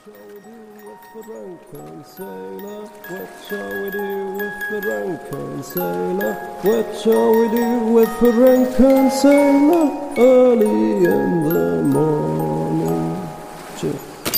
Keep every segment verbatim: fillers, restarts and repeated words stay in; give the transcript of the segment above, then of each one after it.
Drunken sailor, what shall we do with the drunken sailor? What shall we do with the drunken sailor? Early in the morning. Tschüss.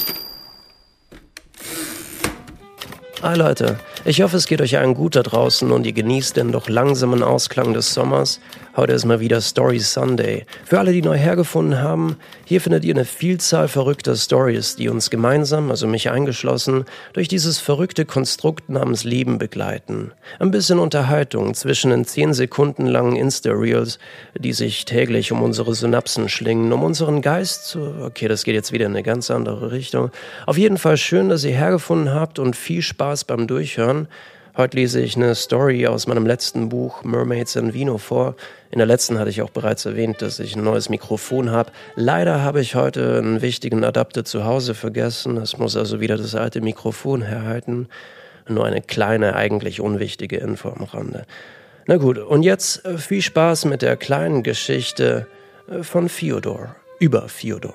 Hi Leute, ich hoffe es geht euch allen gut da draußen und ihr genießt den doch langsamen Ausklang des Sommers. Heute ist mal wieder Story Sunday. Für alle, die neu hergefunden haben, hier findet ihr eine Vielzahl verrückter Stories, die uns gemeinsam, also mich eingeschlossen, durch dieses verrückte Konstrukt namens Leben begleiten. Ein bisschen Unterhaltung zwischen den zehn Sekunden langen Insta-Reels, die sich täglich um unsere Synapsen schlingen, um unseren Geist zu... Okay, das geht jetzt wieder in eine ganz andere Richtung. Auf jeden Fall schön, dass ihr hergefunden habt und viel Spaß beim Durchhören. Heute lese ich eine Story aus meinem letzten Buch Mermaids in Vino vor. In der letzten hatte ich auch bereits erwähnt, dass ich ein neues Mikrofon habe. Leider habe ich heute einen wichtigen Adapter zu Hause vergessen. Es muss also wieder das alte Mikrofon herhalten. Nur eine kleine, eigentlich unwichtige Info am Rande. Na gut, und jetzt viel Spaß mit der kleinen Geschichte von Fyodor, über Fyodor.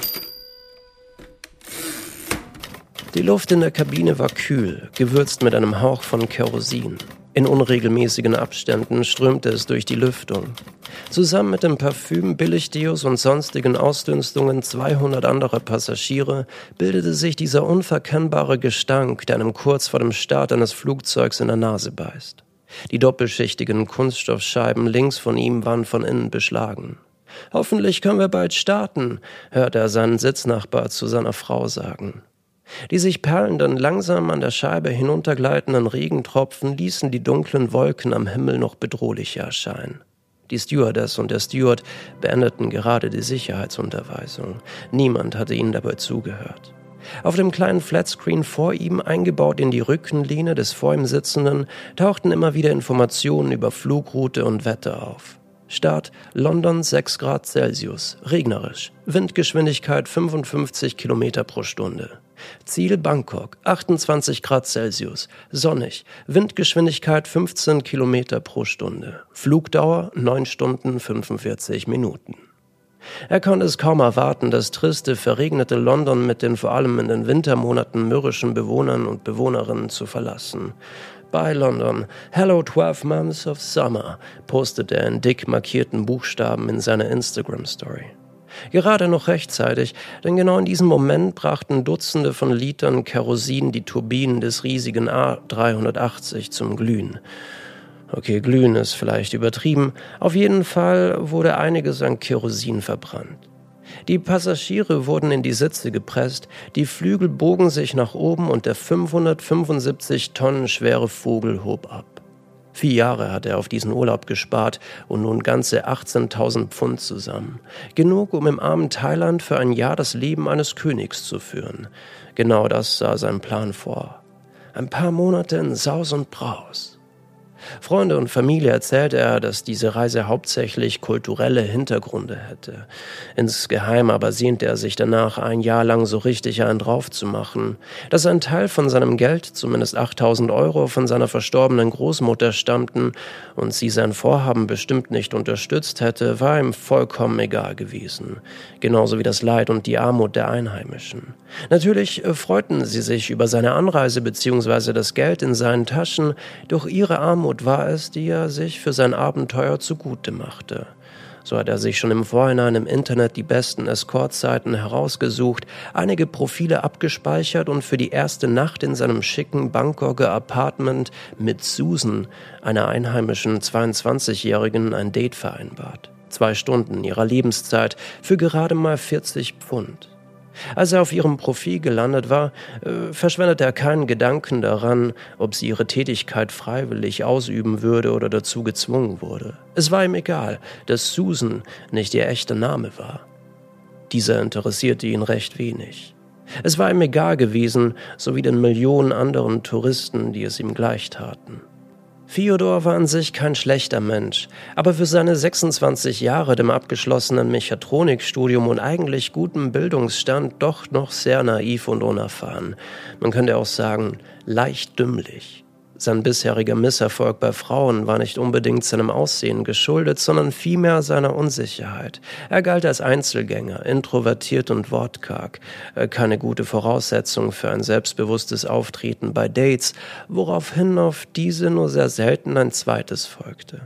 Die Luft in der Kabine war kühl, gewürzt mit einem Hauch von Kerosin. In unregelmäßigen Abständen strömte es durch die Lüftung. Zusammen mit dem Parfüm, Billigdeos und sonstigen Ausdünstungen zweihundert anderer Passagiere bildete sich dieser unverkennbare Gestank, der einem kurz vor dem Start eines Flugzeugs in der Nase beißt. Die doppelschichtigen Kunststoffscheiben links von ihm waren von innen beschlagen. »Hoffentlich können wir bald starten«, hörte er seinen Sitznachbar zu seiner Frau sagen. Die sich perlenden, langsam an der Scheibe hinuntergleitenden Regentropfen ließen die dunklen Wolken am Himmel noch bedrohlicher erscheinen. Die Stewardess und der Steward beendeten gerade die Sicherheitsunterweisung. Niemand hatte ihnen dabei zugehört. Auf dem kleinen Flatscreen vor ihm, eingebaut in die Rückenlehne des vor ihm Sitzenden, tauchten immer wieder Informationen über Flugroute und Wetter auf. Start London sechs Grad Celsius, regnerisch, Windgeschwindigkeit fünfundfünfzig Kilometer pro Stunde. Ziel Bangkok, achtundzwanzig Grad Celsius, sonnig, Windgeschwindigkeit fünfzehn Kilometer pro Stunde, Flugdauer neun Stunden fünfundvierzig Minuten. Er konnte es kaum erwarten, das triste, verregnete London mit den vor allem in den Wintermonaten mürrischen Bewohnern und Bewohnerinnen zu verlassen. Bye London, hello twelve months of summer, postete er in dick markierten Buchstaben in seiner Instagram-Story. Gerade noch rechtzeitig, denn genau in diesem Moment brachten Dutzende von Litern Kerosin die Turbinen des riesigen A dreihundertachtzig zum Glühen. Okay, glühen ist vielleicht übertrieben, auf jeden Fall wurde einiges an Kerosin verbrannt. Die Passagiere wurden in die Sitze gepresst, die Flügel bogen sich nach oben und der fünfhundertfünfundsiebzig Tonnen schwere Vogel hob ab. Vier Jahre hatte er auf diesen Urlaub gespart und nun ganze achtzehntausend Pfund zusammen. Genug, um im armen Thailand für ein Jahr das Leben eines Königs zu führen. Genau das sah sein Plan vor. Ein paar Monate in Saus und Braus. Freunde und Familie erzählte er, dass diese Reise hauptsächlich kulturelle Hintergründe hätte. Insgeheim aber sehnte er sich danach, ein Jahr lang so richtig einen drauf zu machen. Dass ein Teil von seinem Geld, zumindest achttausend Euro, von seiner verstorbenen Großmutter stammten und sie sein Vorhaben bestimmt nicht unterstützt hätte, war ihm vollkommen egal gewesen. Genauso wie das Leid und die Armut der Einheimischen. Natürlich freuten sie sich über seine Anreise bzw. das Geld in seinen Taschen, doch ihre Armut war es, die er sich für sein Abenteuer zugute machte. So hat er sich schon im Vorhinein im Internet die besten Escort-Seiten herausgesucht, einige Profile abgespeichert und für die erste Nacht in seinem schicken Bangkoker Apartment mit Susan, einer einheimischen zweiundzwanzigjährigen, ein Date vereinbart. Zwei Stunden ihrer Lebenszeit für gerade mal vierzig Pfund. Als er auf ihrem Profil gelandet war, äh, verschwendete er keinen Gedanken daran, ob sie ihre Tätigkeit freiwillig ausüben würde oder dazu gezwungen wurde. Es war ihm egal, dass Susan nicht ihr echter Name war. Dieser interessierte ihn recht wenig. Es war ihm egal gewesen, so wie den Millionen anderen Touristen, die es ihm gleich taten. Fyodor war an sich kein schlechter Mensch, aber für seine sechsundzwanzig Jahre, dem abgeschlossenen Mechatronikstudium und eigentlich gutem Bildungsstand doch noch sehr naiv und unerfahren. Man könnte auch sagen, leicht dümmlich. Sein bisheriger Misserfolg bei Frauen war nicht unbedingt seinem Aussehen geschuldet, sondern vielmehr seiner Unsicherheit. Er galt als Einzelgänger, introvertiert und wortkarg, keine gute Voraussetzung für ein selbstbewusstes Auftreten bei Dates, woraufhin auf diese nur sehr selten ein zweites folgte.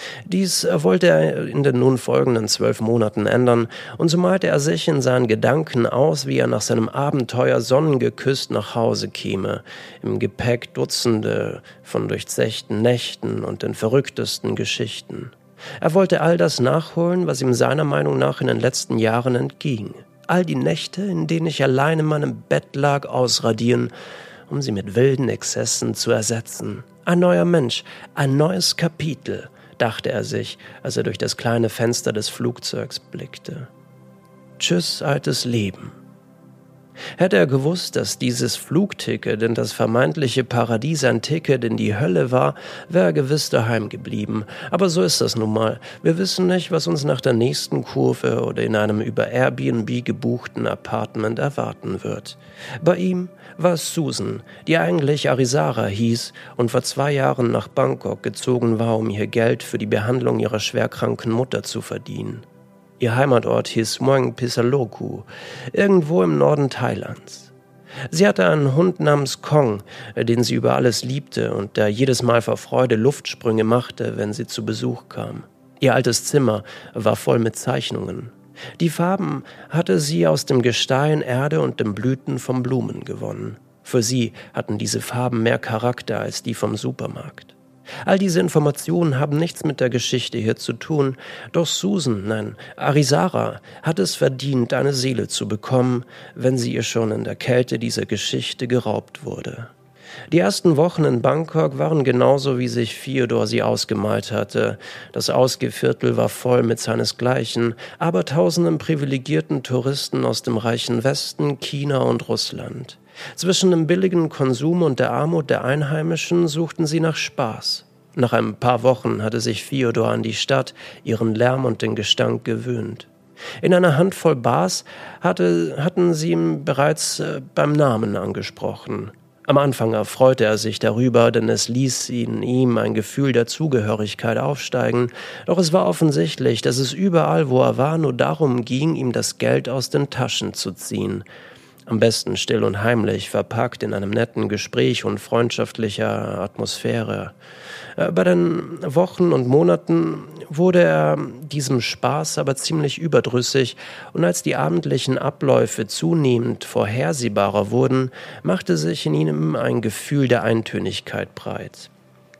Dies wollte er in den nun folgenden zwölf Monaten ändern, und so malte er sich in seinen Gedanken aus, wie er nach seinem Abenteuer sonnengeküsst nach Hause käme, im Gepäck Dutzende von durchzechten Nächten und den verrücktesten Geschichten. Er wollte all das nachholen, was ihm seiner Meinung nach in den letzten Jahren entging. All die Nächte, in denen ich allein in meinem Bett lag, ausradieren, um sie mit wilden Exzessen zu ersetzen. Ein neuer Mensch, ein neues Kapitel, dachte er sich, als er durch das kleine Fenster des Flugzeugs blickte. Tschüss, altes Leben. Hätte er gewusst, dass dieses Flugticket in das vermeintliche Paradies ein Ticket in die Hölle war, wäre er gewiss daheim geblieben. Aber so ist das nun mal. Wir wissen nicht, was uns nach der nächsten Kurve oder in einem über Airbnb gebuchten Apartment erwarten wird. Bei ihm war es Susan, die eigentlich Arisara hieß und vor zwei Jahren nach Bangkok gezogen war, um ihr Geld für die Behandlung ihrer schwerkranken Mutter zu verdienen. Ihr Heimatort hieß Muang Pisaloku, irgendwo im Norden Thailands. Sie hatte einen Hund namens Kong, den sie über alles liebte und der jedes Mal vor Freude Luftsprünge machte, wenn sie zu Besuch kam. Ihr altes Zimmer war voll mit Zeichnungen. Die Farben hatte sie aus dem Gestein, Erde und den Blüten von Blumen gewonnen. Für sie hatten diese Farben mehr Charakter als die vom Supermarkt. All diese Informationen haben nichts mit der Geschichte hier zu tun, doch Susan, nein, Arisara, hat es verdient, eine Seele zu bekommen, wenn sie ihr schon in der Kälte dieser Geschichte geraubt wurde. Die ersten Wochen in Bangkok waren genauso, wie sich Fyodor sie ausgemalt hatte. Das Ausgehviertel war voll mit seinesgleichen, aber tausenden privilegierten Touristen aus dem reichen Westen, China und Russland. Zwischen dem billigen Konsum und der Armut der Einheimischen suchten sie nach Spaß. Nach ein paar Wochen hatte sich Fyodor an die Stadt, ihren Lärm und den Gestank gewöhnt. In einer Handvoll Bars hatte, hatten sie ihn bereits äh, beim Namen angesprochen. Am Anfang erfreute er sich darüber, denn es ließ in ihm ein Gefühl der Zugehörigkeit aufsteigen, doch es war offensichtlich, dass es überall, wo er war, nur darum ging, ihm das Geld aus den Taschen zu ziehen. Am besten still und heimlich, verpackt in einem netten Gespräch und freundschaftlicher Atmosphäre. Bei den Wochen und Monaten wurde er diesem Spaß aber ziemlich überdrüssig, und als die abendlichen Abläufe zunehmend vorhersehbarer wurden, machte sich in ihm ein Gefühl der Eintönigkeit breit.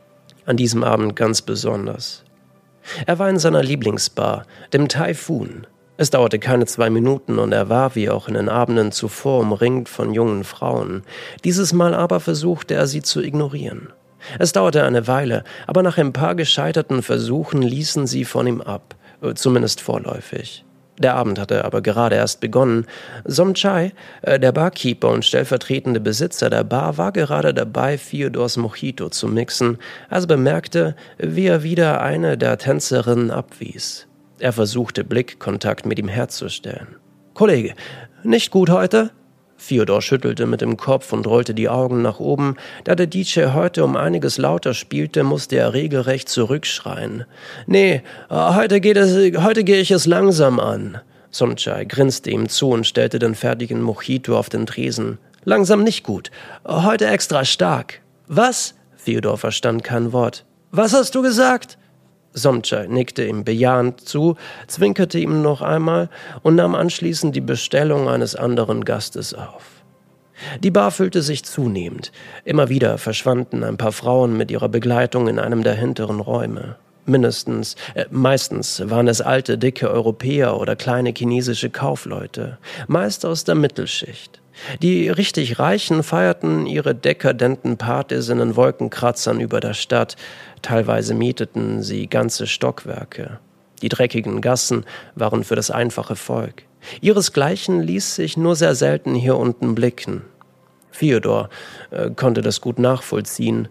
An diesem Abend ganz besonders. Er war in seiner Lieblingsbar, dem Taifun. Es dauerte keine zwei Minuten und er war, wie auch in den Abenden zuvor, umringt von jungen Frauen. Dieses Mal aber versuchte er, sie zu ignorieren. Es dauerte eine Weile, aber nach ein paar gescheiterten Versuchen ließen sie von ihm ab, zumindest vorläufig. Der Abend hatte aber gerade erst begonnen. Somchai, der Barkeeper und stellvertretende Besitzer der Bar, war gerade dabei, Fyodors Mojito zu mixen, als er bemerkte, wie er wieder eine der Tänzerinnen abwies. Er versuchte, Blickkontakt mit ihm herzustellen. »Kollege, nicht gut heute?« Fyodor schüttelte mit dem Kopf und rollte die Augen nach oben. Da der D J heute um einiges lauter spielte, musste er regelrecht zurückschreien. »Nee, heute geht es, heute gehe ich es langsam an.« Somchai grinste ihm zu und stellte den fertigen Mojito auf den Tresen. »Langsam nicht gut. Heute extra stark.« »Was?« Fyodor verstand kein Wort. »Was hast du gesagt?« Somchai nickte ihm bejahend zu, zwinkerte ihm noch einmal und nahm anschließend die Bestellung eines anderen Gastes auf. Die Bar füllte sich zunehmend. Immer wieder verschwanden ein paar Frauen mit ihrer Begleitung in einem der hinteren Räume. Mindestens, äh, meistens waren es alte, dicke Europäer oder kleine chinesische Kaufleute, meist aus der Mittelschicht. Die richtig Reichen feierten ihre dekadenten Partys in den Wolkenkratzern über der Stadt. Teilweise mieteten sie ganze Stockwerke. Die dreckigen Gassen waren für das einfache Volk. Ihresgleichen ließ sich nur sehr selten hier unten blicken. Fyodor äh, konnte das gut nachvollziehen.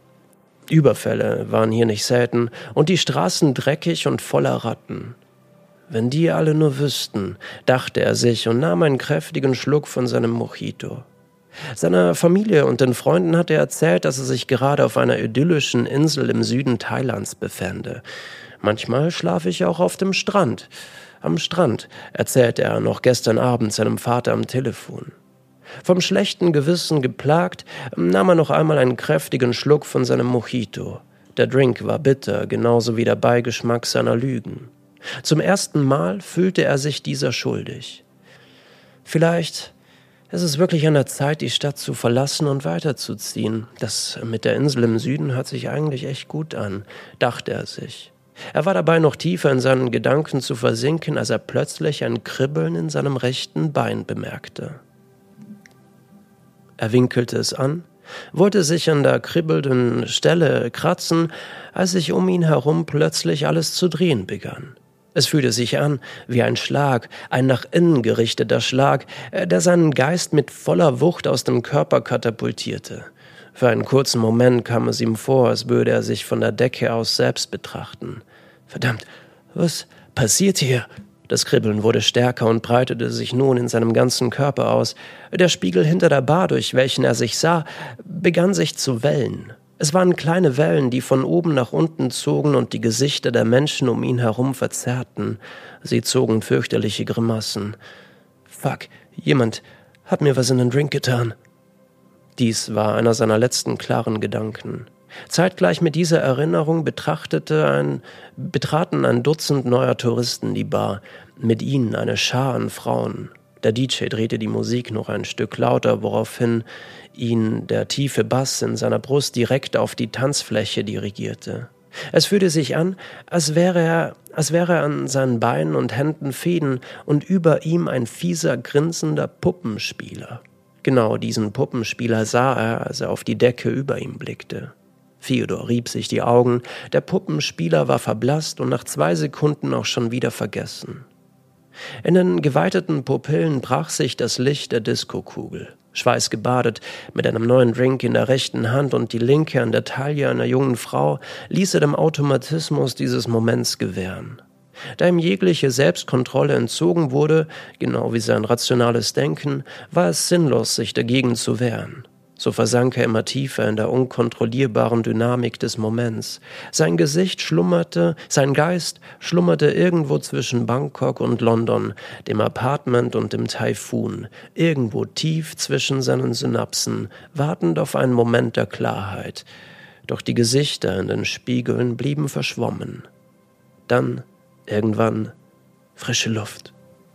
Überfälle waren hier nicht selten und die Straßen dreckig und voller Ratten. Wenn die alle nur wüssten, dachte er sich und nahm einen kräftigen Schluck von seinem Mojito. Seiner Familie und den Freunden hatte er erzählt, dass er sich gerade auf einer idyllischen Insel im Süden Thailands befände. Manchmal schlafe ich auch auf dem Strand. Am Strand, erzählte er noch gestern Abend seinem Vater am Telefon. Vom schlechten Gewissen geplagt, nahm er noch einmal einen kräftigen Schluck von seinem Mojito. Der Drink war bitter, genauso wie der Beigeschmack seiner Lügen. Zum ersten Mal fühlte er sich dieser schuldig. Vielleicht ist es wirklich an der Zeit, die Stadt zu verlassen und weiterzuziehen. Das mit der Insel im Süden hört sich eigentlich echt gut an, dachte er sich. Er war dabei, noch tiefer in seinen Gedanken zu versinken, als er plötzlich ein Kribbeln in seinem rechten Bein bemerkte. Er winkelte es an, wollte sich an der kribbelnden Stelle kratzen, als sich um ihn herum plötzlich alles zu drehen begann. Es fühlte sich an wie ein Schlag, ein nach innen gerichteter Schlag, der seinen Geist mit voller Wucht aus dem Körper katapultierte. Für einen kurzen Moment kam es ihm vor, als würde er sich von der Decke aus selbst betrachten. Verdammt, was passiert hier? Das Kribbeln wurde stärker und breitete sich nun in seinem ganzen Körper aus. Der Spiegel hinter der Bar, durch welchen er sich sah, begann sich zu wellen. Es waren kleine Wellen, die von oben nach unten zogen und die Gesichter der Menschen um ihn herum verzerrten. Sie zogen fürchterliche Grimassen. Fuck, jemand hat mir was in den Drink getan. Dies war einer seiner letzten klaren Gedanken. Zeitgleich mit dieser Erinnerung betrachtete ein, betraten ein Dutzend neuer Touristen die Bar, mit ihnen eine Schar an Frauen. Der D J drehte die Musik noch ein Stück lauter, woraufhin ihn der tiefe Bass in seiner Brust direkt auf die Tanzfläche dirigierte. Es fühlte sich an, als wäre er, als wäre er an seinen Beinen und Händen Fäden und über ihm ein fieser, grinsender Puppenspieler. Genau diesen Puppenspieler sah er, als er auf die Decke über ihm blickte. Theodor rieb sich die Augen, der Puppenspieler war verblasst und nach zwei Sekunden auch schon wieder vergessen. In den geweiteten Pupillen brach sich das Licht der Diskokugel. Schweißgebadet, mit einem neuen Drink in der rechten Hand und die linke an der Taille einer jungen Frau, ließ er dem Automatismus dieses Moments gewähren. Da ihm jegliche Selbstkontrolle entzogen wurde, genau wie sein rationales Denken, war es sinnlos, sich dagegen zu wehren. So versank er immer tiefer in der unkontrollierbaren Dynamik des Moments. Sein Gesicht schlummerte, sein Geist schlummerte irgendwo zwischen Bangkok und London, dem Apartment und dem Taifun, irgendwo tief zwischen seinen Synapsen, wartend auf einen Moment der Klarheit. Doch die Gesichter in den Spiegeln blieben verschwommen. Dann, irgendwann, frische Luft.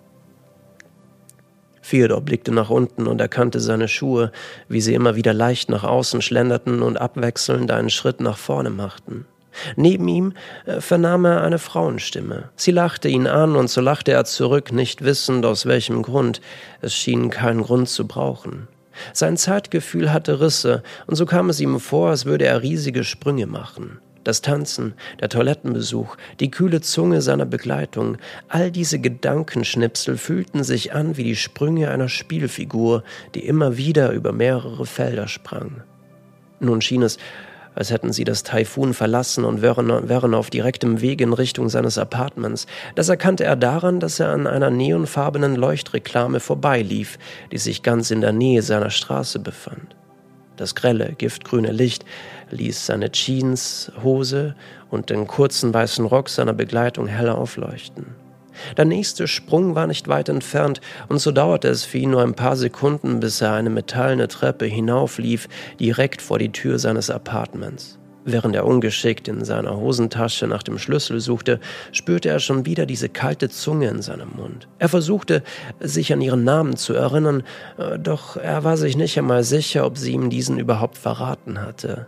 Theodor blickte nach unten und erkannte seine Schuhe, wie sie immer wieder leicht nach außen schlenderten und abwechselnd einen Schritt nach vorne machten. Neben ihm äh, vernahm er eine Frauenstimme. Sie lachte ihn an und so lachte er zurück, nicht wissend aus welchem Grund. Es schien keinen Grund zu brauchen. Sein Zeitgefühl hatte Risse und so kam es ihm vor, als würde er riesige Sprünge machen. Das Tanzen, der Toilettenbesuch, die kühle Zunge seiner Begleitung, all diese Gedankenschnipsel fühlten sich an wie die Sprünge einer Spielfigur, die immer wieder über mehrere Felder sprang. Nun schien es, als hätten sie das Taifun verlassen und wären, wären auf direktem Weg in Richtung seines Apartments. Das erkannte er daran, dass er an einer neonfarbenen Leuchtreklame vorbeilief, die sich ganz in der Nähe seiner Straße befand. Das grelle, giftgrüne Licht ließ seine Jeans, Hose und den kurzen weißen Rock seiner Begleitung heller aufleuchten. Der nächste Sprung war nicht weit entfernt und so dauerte es für ihn nur ein paar Sekunden, bis er eine metallene Treppe hinauflief, direkt vor die Tür seines Apartments. Während er ungeschickt in seiner Hosentasche nach dem Schlüssel suchte, spürte er schon wieder diese kalte Zunge in seinem Mund. Er versuchte, sich an ihren Namen zu erinnern, doch er war sich nicht einmal sicher, ob sie ihm diesen überhaupt verraten hatte.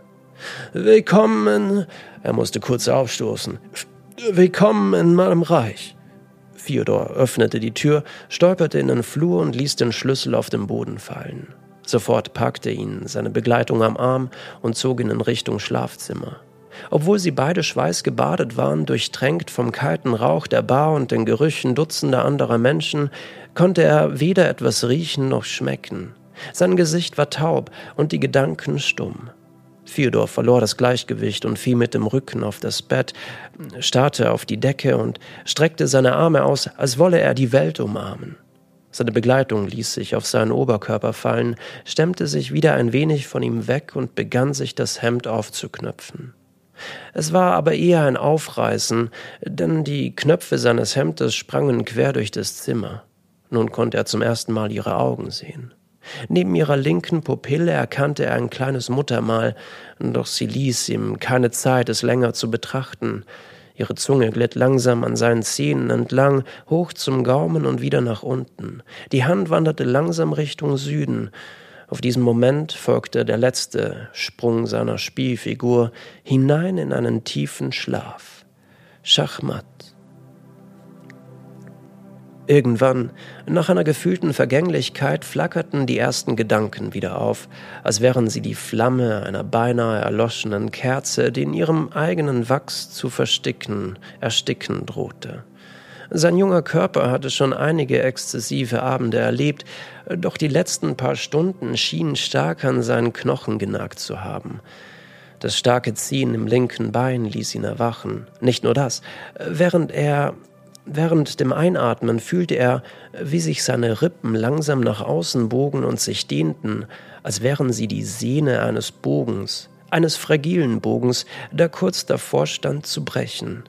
»Willkommen«, er musste kurz aufstoßen, »willkommen in meinem Reich.« Theodor öffnete die Tür, stolperte in den Flur und ließ den Schlüssel auf den Boden fallen. Sofort packte ihn seine Begleitung am Arm und zog ihn in Richtung Schlafzimmer. Obwohl sie beide schweißgebadet waren, durchtränkt vom kalten Rauch der Bar und den Gerüchen dutzender anderer Menschen, konnte er weder etwas riechen noch schmecken. Sein Gesicht war taub und die Gedanken stumm. Theodor verlor das Gleichgewicht und fiel mit dem Rücken auf das Bett, starrte auf die Decke und streckte seine Arme aus, als wolle er die Welt umarmen. Seine Begleitung ließ sich auf seinen Oberkörper fallen, stemmte sich wieder ein wenig von ihm weg und begann sich das Hemd aufzuknöpfen. Es war aber eher ein Aufreißen, denn die Knöpfe seines Hemdes sprangen quer durch das Zimmer. Nun konnte er zum ersten Mal ihre Augen sehen. Neben ihrer linken Pupille erkannte er ein kleines Muttermal, doch sie ließ ihm keine Zeit, es länger zu betrachten. Ihre Zunge glitt langsam an seinen Zähnen entlang, hoch zum Gaumen und wieder nach unten. Die Hand wanderte langsam Richtung Süden. Auf diesen Moment folgte der letzte Sprung seiner Spielfigur hinein in einen tiefen Schlaf. Schachmatt. Irgendwann, nach einer gefühlten Vergänglichkeit, flackerten die ersten Gedanken wieder auf, als wären sie die Flamme einer beinahe erloschenen Kerze, die in ihrem eigenen Wachs zu versticken, ersticken drohte. Sein junger Körper hatte schon einige exzessive Abende erlebt, doch die letzten paar Stunden schienen stark an seinen Knochen genagt zu haben. Das starke Ziehen im linken Bein ließ ihn erwachen. Nicht nur das, während er... Während dem Einatmen fühlte er, wie sich seine Rippen langsam nach außen bogen und sich dehnten, als wären sie die Sehne eines Bogens, eines fragilen Bogens, der kurz davor stand zu brechen.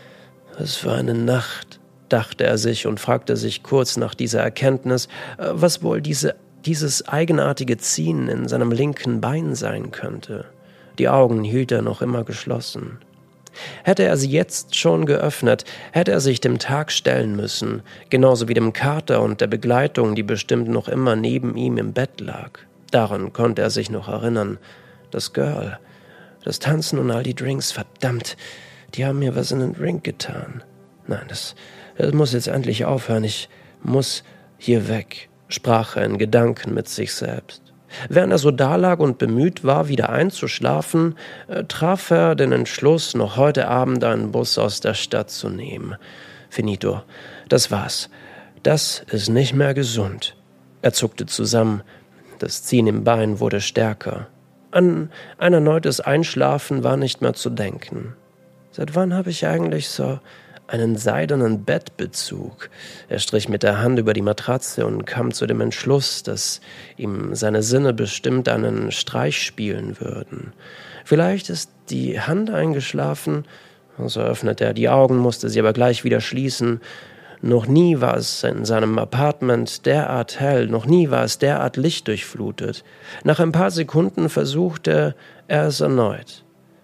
Es war eine Nacht, dachte er sich und fragte sich kurz nach dieser Erkenntnis, was wohl diese, dieses eigenartige Ziehen in seinem linken Bein sein könnte. Die Augen hielt er noch immer geschlossen. Hätte er sie jetzt schon geöffnet, hätte er sich dem Tag stellen müssen, genauso wie dem Kater und der Begleitung, die bestimmt noch immer neben ihm im Bett lag. Daran konnte er sich noch erinnern. Das Girl, das Tanzen und all die Drinks, verdammt, die haben mir was in den Drink getan. Nein, das, das muss jetzt endlich aufhören, ich muss hier weg, sprach er in Gedanken mit sich selbst. Während er so dalag und bemüht war, wieder einzuschlafen, äh, traf er den Entschluss, noch heute Abend einen Bus aus der Stadt zu nehmen. Finito, das war's. Das ist nicht mehr gesund. Er zuckte zusammen. Das Ziehen im Bein wurde stärker. An ein erneutes Einschlafen war nicht mehr zu denken. Seit wann habe ich eigentlich so einen seidenen Bettbezug? Er strich mit der Hand über die Matratze und kam zu dem Entschluss, dass ihm seine Sinne bestimmt einen Streich spielen würden. Vielleicht ist die Hand eingeschlafen, so öffnete er die Augen, musste sie aber gleich wieder schließen. Noch nie war es in seinem Apartment derart hell, noch nie war es derart lichtdurchflutet. Nach ein paar Sekunden versuchte er es erneut.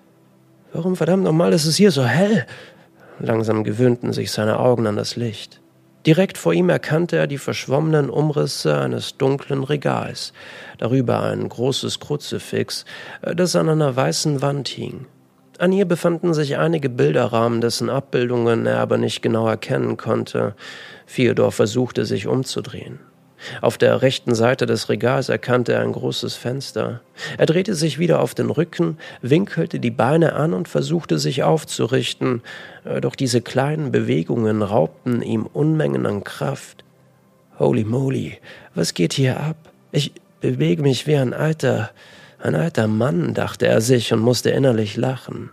Warum verdammt nochmal ist es hier so hell? Langsam gewöhnten sich seine Augen an das Licht. Direkt vor ihm erkannte er die verschwommenen Umrisse eines dunklen Regals, darüber ein großes Kruzifix, das an einer weißen Wand hing. An ihr befanden sich einige Bilderrahmen, dessen Abbildungen er aber nicht genau erkennen konnte. Theodor versuchte, sich umzudrehen. Auf der rechten Seite des Regals erkannte er ein großes Fenster. Er drehte sich wieder auf den Rücken, winkelte die Beine an und versuchte, sich aufzurichten. Doch diese kleinen Bewegungen raubten ihm Unmengen an Kraft. Holy moly, was geht hier ab? Ich bewege mich wie ein alter, ein alter Mann, dachte er sich und musste innerlich lachen.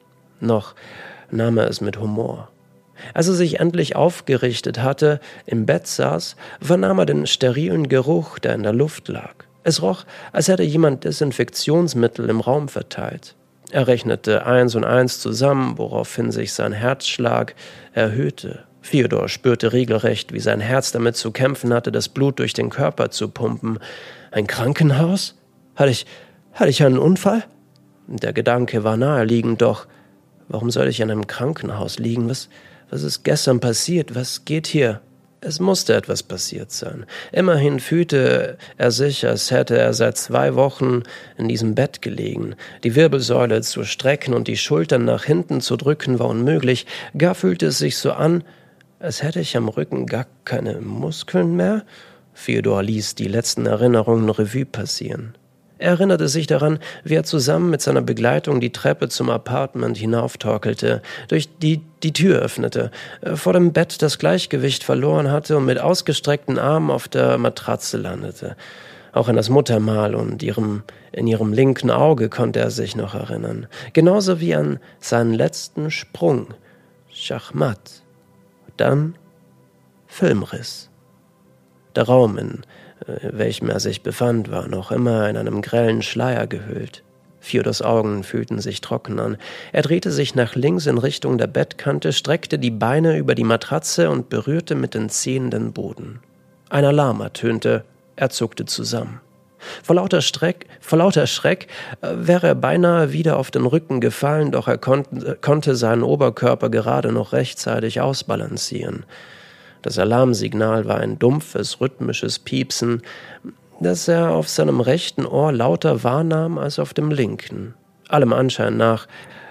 Noch nahm er es mit Humor. Als er sich endlich aufgerichtet hatte, im Bett saß, vernahm er den sterilen Geruch, der in der Luft lag. Es roch, als hätte jemand Desinfektionsmittel im Raum verteilt. Er rechnete eins und eins zusammen, woraufhin sich sein Herzschlag erhöhte. Theodor spürte regelrecht, wie sein Herz damit zu kämpfen hatte, das Blut durch den Körper zu pumpen. Ein Krankenhaus? Hatte ich, hatte ich einen Unfall? Der Gedanke war naheliegend, doch warum soll ich in einem Krankenhaus liegen? Was... Was ist gestern passiert? Was geht hier? Es musste etwas passiert sein. Immerhin fühlte er sich, als hätte er seit zwei Wochen in diesem Bett gelegen. Die Wirbelsäule zu strecken und die Schultern nach hinten zu drücken war unmöglich. Gar fühlte es sich so an, als hätte ich am Rücken gar keine Muskeln mehr. Theodor ließ die letzten Erinnerungen Revue passieren. Er erinnerte sich daran, wie er zusammen mit seiner Begleitung die Treppe zum Apartment hinauftorkelte, durch die die Tür öffnete, vor dem Bett das Gleichgewicht verloren hatte und mit ausgestreckten Armen auf der Matratze landete. Auch an das Muttermal und ihrem, in ihrem linken Auge konnte er sich noch erinnern. Genauso wie an seinen letzten Sprung. Schachmatt. Dann Filmriss. Der Raum, in äh, welchem er sich befand, war noch immer in einem grellen Schleier gehüllt. Fjodors Augen fühlten sich trocken an. Er drehte sich nach links in Richtung der Bettkante, streckte die Beine über die Matratze und berührte mit den Zehen den Boden. Ein Alarm ertönte, er zuckte zusammen. Vor lauter, Streck, vor lauter Schreck äh, wäre er beinahe wieder auf den Rücken gefallen, doch er konnte, konnte seinen Oberkörper gerade noch rechtzeitig ausbalancieren. Das Alarmsignal war ein dumpfes, rhythmisches Piepsen, das er auf seinem rechten Ohr lauter wahrnahm als auf dem linken. Allem Anschein nach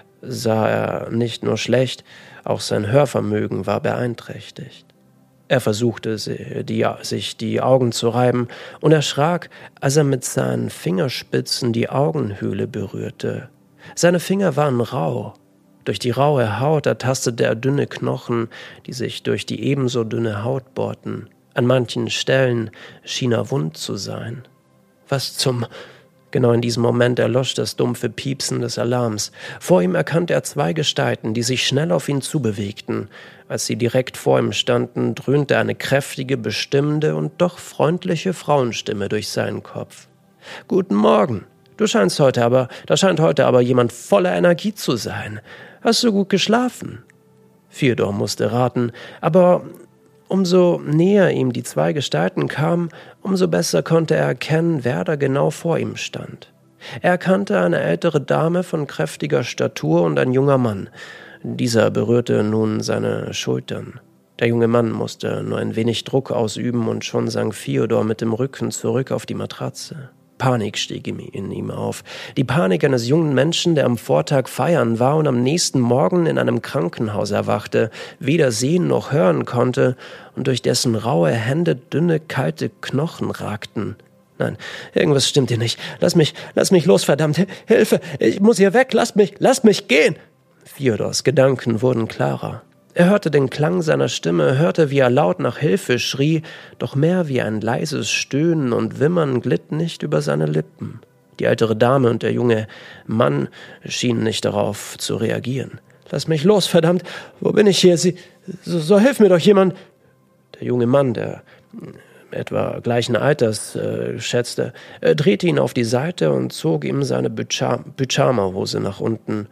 sah er nicht nur schlecht, auch sein Hörvermögen war beeinträchtigt. Er versuchte, sich die Augen zu reiben und erschrak, als er mit seinen Fingerspitzen die Augenhöhle berührte. Seine Finger waren rau. Durch die raue Haut ertastete er dünne Knochen, die sich durch die ebenso dünne Haut bohrten. An manchen Stellen schien er wund zu sein. Was zum... Genau in diesem Moment erlosch das dumpfe Piepsen des Alarms. Vor ihm erkannte er zwei Gestalten, die sich schnell auf ihn zubewegten. Als sie direkt vor ihm standen, dröhnte eine kräftige, bestimmende und doch freundliche Frauenstimme durch seinen Kopf. »Guten Morgen. Du scheinst heute aber, da scheint heute aber jemand voller Energie zu sein. Hast du gut geschlafen?« Fjodor musste raten, aber umso näher ihm die zwei Gestalten kamen, umso besser konnte er erkennen, wer da genau vor ihm stand. Er erkannte eine ältere Dame von kräftiger Statur und ein junger Mann. Dieser berührte nun seine Schultern. Der junge Mann musste nur ein wenig Druck ausüben und schon sank Fjodor mit dem Rücken zurück auf die Matratze. Panik stieg in ihm auf. Die Panik eines jungen Menschen, der am Vortag feiern war und am nächsten Morgen in einem Krankenhaus erwachte, weder sehen noch hören konnte und durch dessen raue Hände dünne, kalte Knochen ragten. Nein, irgendwas stimmt hier nicht. Lass mich, lass mich los, verdammt. Hilfe, ich muss hier weg, lasst mich, lasst mich gehen. Fjodors Gedanken wurden klarer. Er hörte den Klang seiner Stimme, hörte, wie er laut nach Hilfe schrie, doch mehr wie ein leises Stöhnen und Wimmern glitt nicht über seine Lippen. Die ältere Dame und der junge Mann schienen nicht darauf zu reagieren. »Lass mich los, verdammt! Wo bin ich hier? Sie, so, so hilf mir doch jemand!« Der junge Mann, der etwa gleichen Alters äh, schätzte, äh, drehte ihn auf die Seite und zog ihm seine Pyjama-Hose nach unten.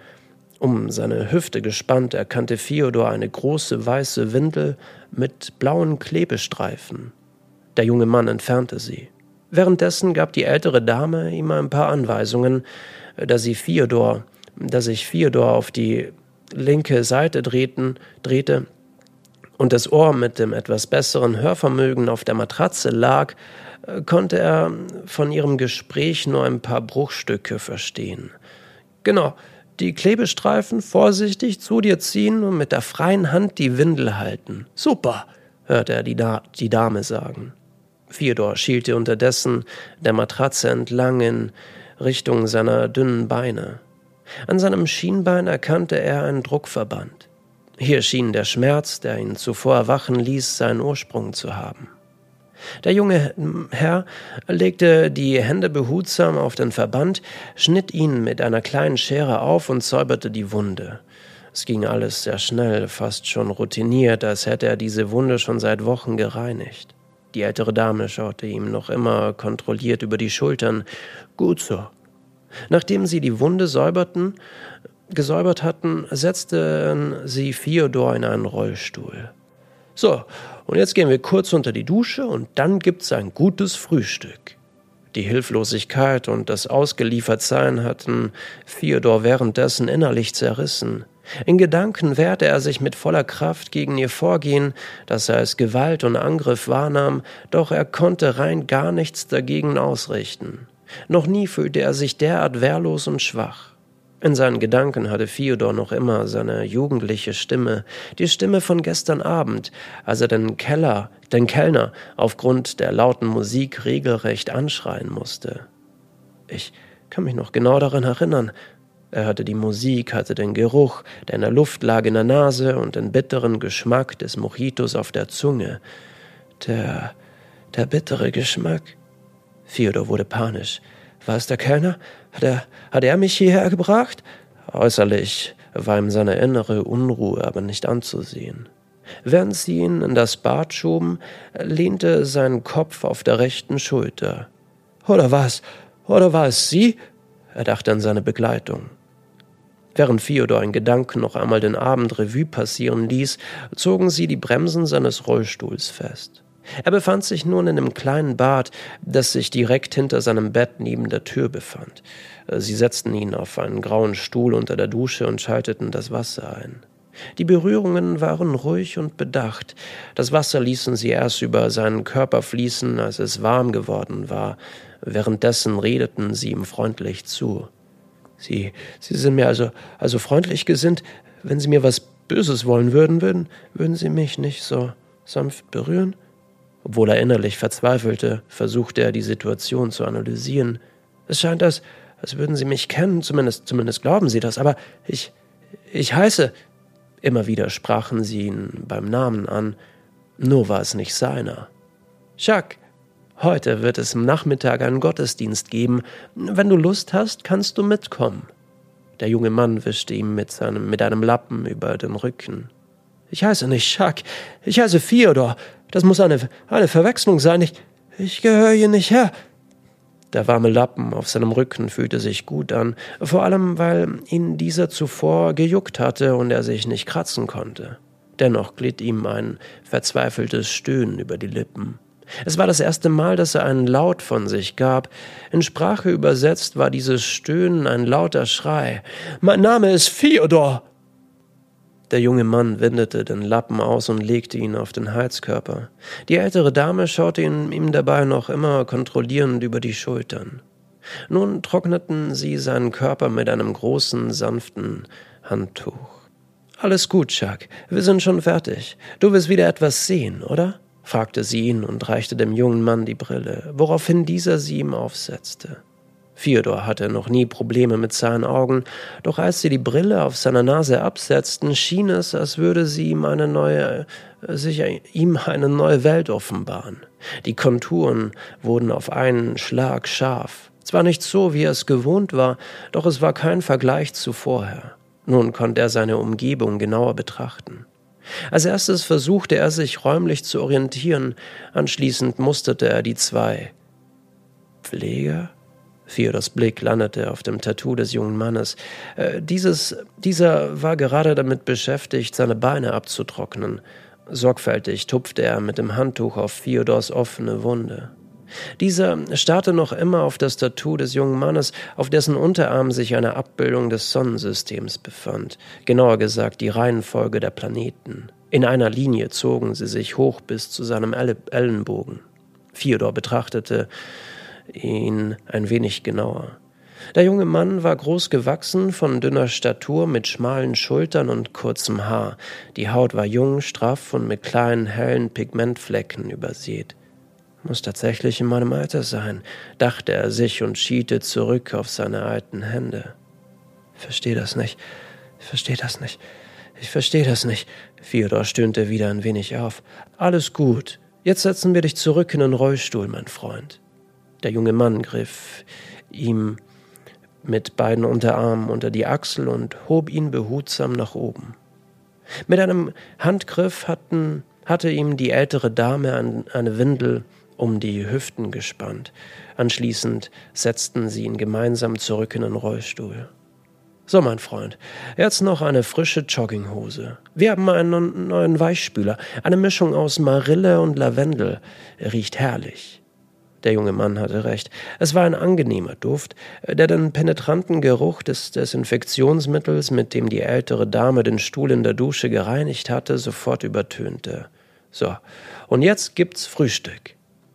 Um seine Hüfte gespannt erkannte Fjodor eine große weiße Windel mit blauen Klebestreifen. Der junge Mann entfernte sie. Währenddessen gab die ältere Dame ihm ein paar Anweisungen, da sie Fjodor, da sich Fjodor auf die linke Seite drehten, drehte und das Ohr mit dem etwas besseren Hörvermögen auf der Matratze lag, konnte er von ihrem Gespräch nur ein paar Bruchstücke verstehen. »Genau, die Klebestreifen vorsichtig zu dir ziehen und mit der freien Hand die Windel halten. Super«, hörte er die, da- die Dame sagen. Fjodor schielte unterdessen der Matratze entlang in Richtung seiner dünnen Beine. An seinem Schienbein erkannte er einen Druckverband. Hier schien der Schmerz, der ihn zuvor erwachen ließ, seinen Ursprung zu haben. Der junge Herr legte die Hände behutsam auf den Verband, schnitt ihn mit einer kleinen Schere auf und säuberte die Wunde. Es ging alles sehr schnell, fast schon routiniert, als hätte er diese Wunde schon seit Wochen gereinigt. Die ältere Dame schaute ihm noch immer kontrolliert über die Schultern. »Gut so.« Nachdem sie die Wunde säuberten, gesäubert hatten, setzten sie Fjodor in einen Rollstuhl. »So, und jetzt gehen wir kurz unter die Dusche und dann gibt's ein gutes Frühstück.« Die Hilflosigkeit und das Ausgeliefertsein hatten Fjodor währenddessen innerlich zerrissen. In Gedanken wehrte er sich mit voller Kraft gegen ihr Vorgehen, das er als Gewalt und Angriff wahrnahm, doch er konnte rein gar nichts dagegen ausrichten. Noch nie fühlte er sich derart wehrlos und schwach. In seinen Gedanken hatte Fjodor noch immer seine jugendliche Stimme, die Stimme von gestern Abend, als er den Keller, den Kellner aufgrund der lauten Musik regelrecht anschreien musste. Ich kann mich noch genau daran erinnern. Er hörte die Musik, hatte den Geruch, der in der Luft lag, in der Nase und den bitteren Geschmack des Mojitos auf der Zunge. Der, der bittere Geschmack. Fjodor wurde panisch. War es der Kellner? Hat er, hat er mich hierher gebracht? Äußerlich war ihm seine innere Unruhe aber nicht anzusehen. Während sie ihn in das Bad schoben, lehnte sein Kopf auf der rechten Schulter. »Oder was? Oder war es Sie?« Er dachte an seine Begleitung. Während Fjodor in Gedanken noch einmal den Abend Revue passieren ließ, zogen sie die Bremsen seines Rollstuhls fest. Er befand sich nun in einem kleinen Bad, das sich direkt hinter seinem Bett neben der Tür befand. Sie setzten ihn auf einen grauen Stuhl unter der Dusche und schalteten das Wasser ein. Die Berührungen waren ruhig und bedacht. Das Wasser ließen sie erst über seinen Körper fließen, als es warm geworden war. Währenddessen redeten sie ihm freundlich zu. Sie, Sie sind mir also, also freundlich gesinnt. Wenn Sie mir was Böses wollen würden, würden, würden Sie mich nicht so sanft berühren? Obwohl er innerlich verzweifelte, versuchte er, die Situation zu analysieren. Es scheint, als, als würden Sie mich kennen, zumindest, zumindest glauben Sie das, aber ich, ich heiße... Immer wieder sprachen sie ihn beim Namen an, nur war es nicht seiner. »Jacques, heute wird es am Nachmittag einen Gottesdienst geben. Wenn du Lust hast, kannst du mitkommen.« Der junge Mann wischte ihm mit, seinem, mit einem Lappen über den Rücken. »Ich heiße nicht Jacques, ich heiße Fjodor. Das muss eine, eine Verwechslung sein. Ich, ich gehöre hier nicht her.« Der warme Lappen auf seinem Rücken fühlte sich gut an, vor allem, weil ihn dieser zuvor gejuckt hatte und er sich nicht kratzen konnte. Dennoch glitt ihm ein verzweifeltes Stöhnen über die Lippen. Es war das erste Mal, dass er einen Laut von sich gab. In Sprache übersetzt war dieses Stöhnen ein lauter Schrei. »Mein Name ist Fjodor!« Der junge Mann windete den Lappen aus und legte ihn auf den Heizkörper. Die ältere Dame schaute ihn, ihm dabei noch immer kontrollierend über die Schultern. Nun trockneten sie seinen Körper mit einem großen, sanften Handtuch. »Alles gut, Jacques, wir sind schon fertig. Du wirst wieder etwas sehen, oder?« fragte sie ihn und reichte dem jungen Mann die Brille, woraufhin dieser sie ihm aufsetzte. Fjodor hatte noch nie Probleme mit seinen Augen, doch als sie die Brille auf seiner Nase absetzten, schien es, als würde sie ihm eine neue, sich ihm eine neue Welt offenbaren. Die Konturen wurden auf einen Schlag scharf. Zwar nicht so, wie er es gewohnt war, doch es war kein Vergleich zu vorher. Nun konnte er seine Umgebung genauer betrachten. Als erstes versuchte er, sich räumlich zu orientieren, anschließend musterte er die zwei. Pfleger? Fjodors Blick landete auf dem Tattoo des jungen Mannes. Äh, dieses, dieser war gerade damit beschäftigt, seine Beine abzutrocknen. Sorgfältig tupfte er mit dem Handtuch auf Fjodors offene Wunde. Dieser starrte noch immer auf das Tattoo des jungen Mannes, auf dessen Unterarm sich eine Abbildung des Sonnensystems befand. Genauer gesagt die Reihenfolge der Planeten. In einer Linie zogen sie sich hoch bis zu seinem Ellenbogen. Fjodor betrachtete ihn ein wenig genauer. Der junge Mann war groß gewachsen, von dünner Statur, mit schmalen Schultern und kurzem Haar. Die Haut war jung, straff und mit kleinen, hellen Pigmentflecken übersät. »Muss tatsächlich in meinem Alter sein«, dachte er sich und schielte zurück auf seine alten Hände. »Ich verstehe das nicht, ich verstehe das nicht, ich verstehe das nicht.« Fjodor stöhnte wieder ein wenig auf. »Alles gut, jetzt setzen wir dich zurück in den Rollstuhl, mein Freund.« Der junge Mann griff ihm mit beiden Unterarmen unter die Achsel und hob ihn behutsam nach oben. Mit einem Handgriff hatten, hatte ihm die ältere Dame ein, eine Windel um die Hüften gespannt. Anschließend setzten sie ihn gemeinsam zurück in den Rollstuhl. »So, mein Freund, jetzt noch eine frische Jogginghose. Wir haben einen neuen Weichspüler, eine Mischung aus Marille und Lavendel. Er riecht herrlich.« Der junge Mann hatte recht. Es war ein angenehmer Duft, der den penetranten Geruch des Desinfektionsmittels, mit dem die ältere Dame den Stuhl in der Dusche gereinigt hatte, sofort übertönte. »So, und jetzt gibt's Frühstück.«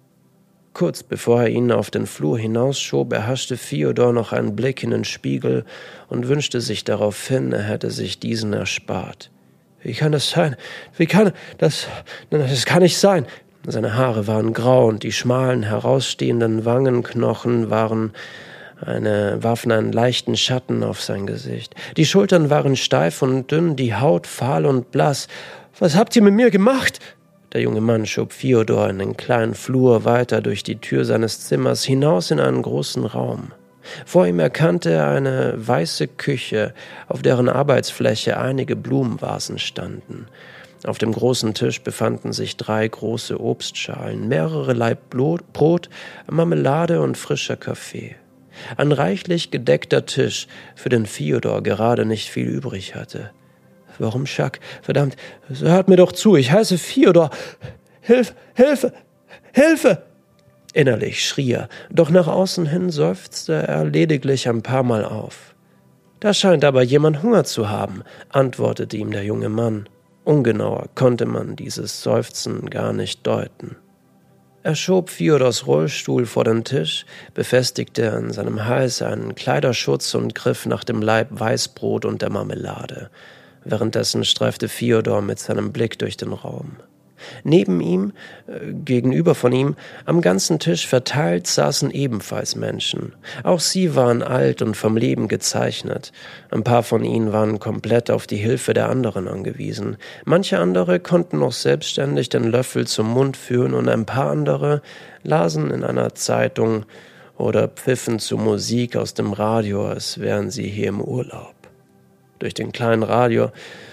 Kurz bevor er ihn auf den Flur hinausschob, erhaschte Fjodor noch einen Blick in den Spiegel und wünschte sich darauf hin, er hätte sich diesen erspart. »Wie kann das sein? Wie kann das? Das kann nicht sein!« Seine Haare waren grau und die schmalen, herausstehenden Wangenknochen waren eine, warfen einen leichten Schatten auf sein Gesicht. Die Schultern waren steif und dünn, die Haut fahl und blass. »Was habt ihr mit mir gemacht?« Der junge Mann schob Fjodor in den kleinen Flur weiter durch die Tür seines Zimmers hinaus in einen großen Raum. Vor ihm erkannte er eine weiße Küche, auf deren Arbeitsfläche einige Blumenvasen standen. Auf dem großen Tisch befanden sich drei große Obstschalen, mehrere Laib Brot, Marmelade und frischer Kaffee. Ein reichlich gedeckter Tisch, für den Fjodor gerade nicht viel übrig hatte. »Warum, Chuck? Verdammt, hört mir doch zu, ich heiße Fjodor! Hilfe, Hilfe, Hilfe!« Innerlich schrie er, doch nach außen hin seufzte er lediglich ein paar Mal auf. »Da scheint aber jemand Hunger zu haben«, antwortete ihm der junge Mann. Ungenauer konnte man dieses Seufzen gar nicht deuten. Er schob Fjodors Rollstuhl vor den Tisch, befestigte an seinem Hals einen Kleiderschutz und griff nach dem Laib Weißbrot und der Marmelade. Währenddessen streifte Fjodor mit seinem Blick durch den Raum. Neben ihm, äh, gegenüber von ihm, am ganzen Tisch verteilt saßen ebenfalls Menschen. Auch sie waren alt und vom Leben gezeichnet. Ein paar von ihnen waren komplett auf die Hilfe der anderen angewiesen. Manche andere konnten noch selbstständig den Löffel zum Mund führen und ein paar andere lasen in einer Zeitung oder pfiffen zu Musik aus dem Radio, als wären sie hier im Urlaub. Durch den kleinen Radio,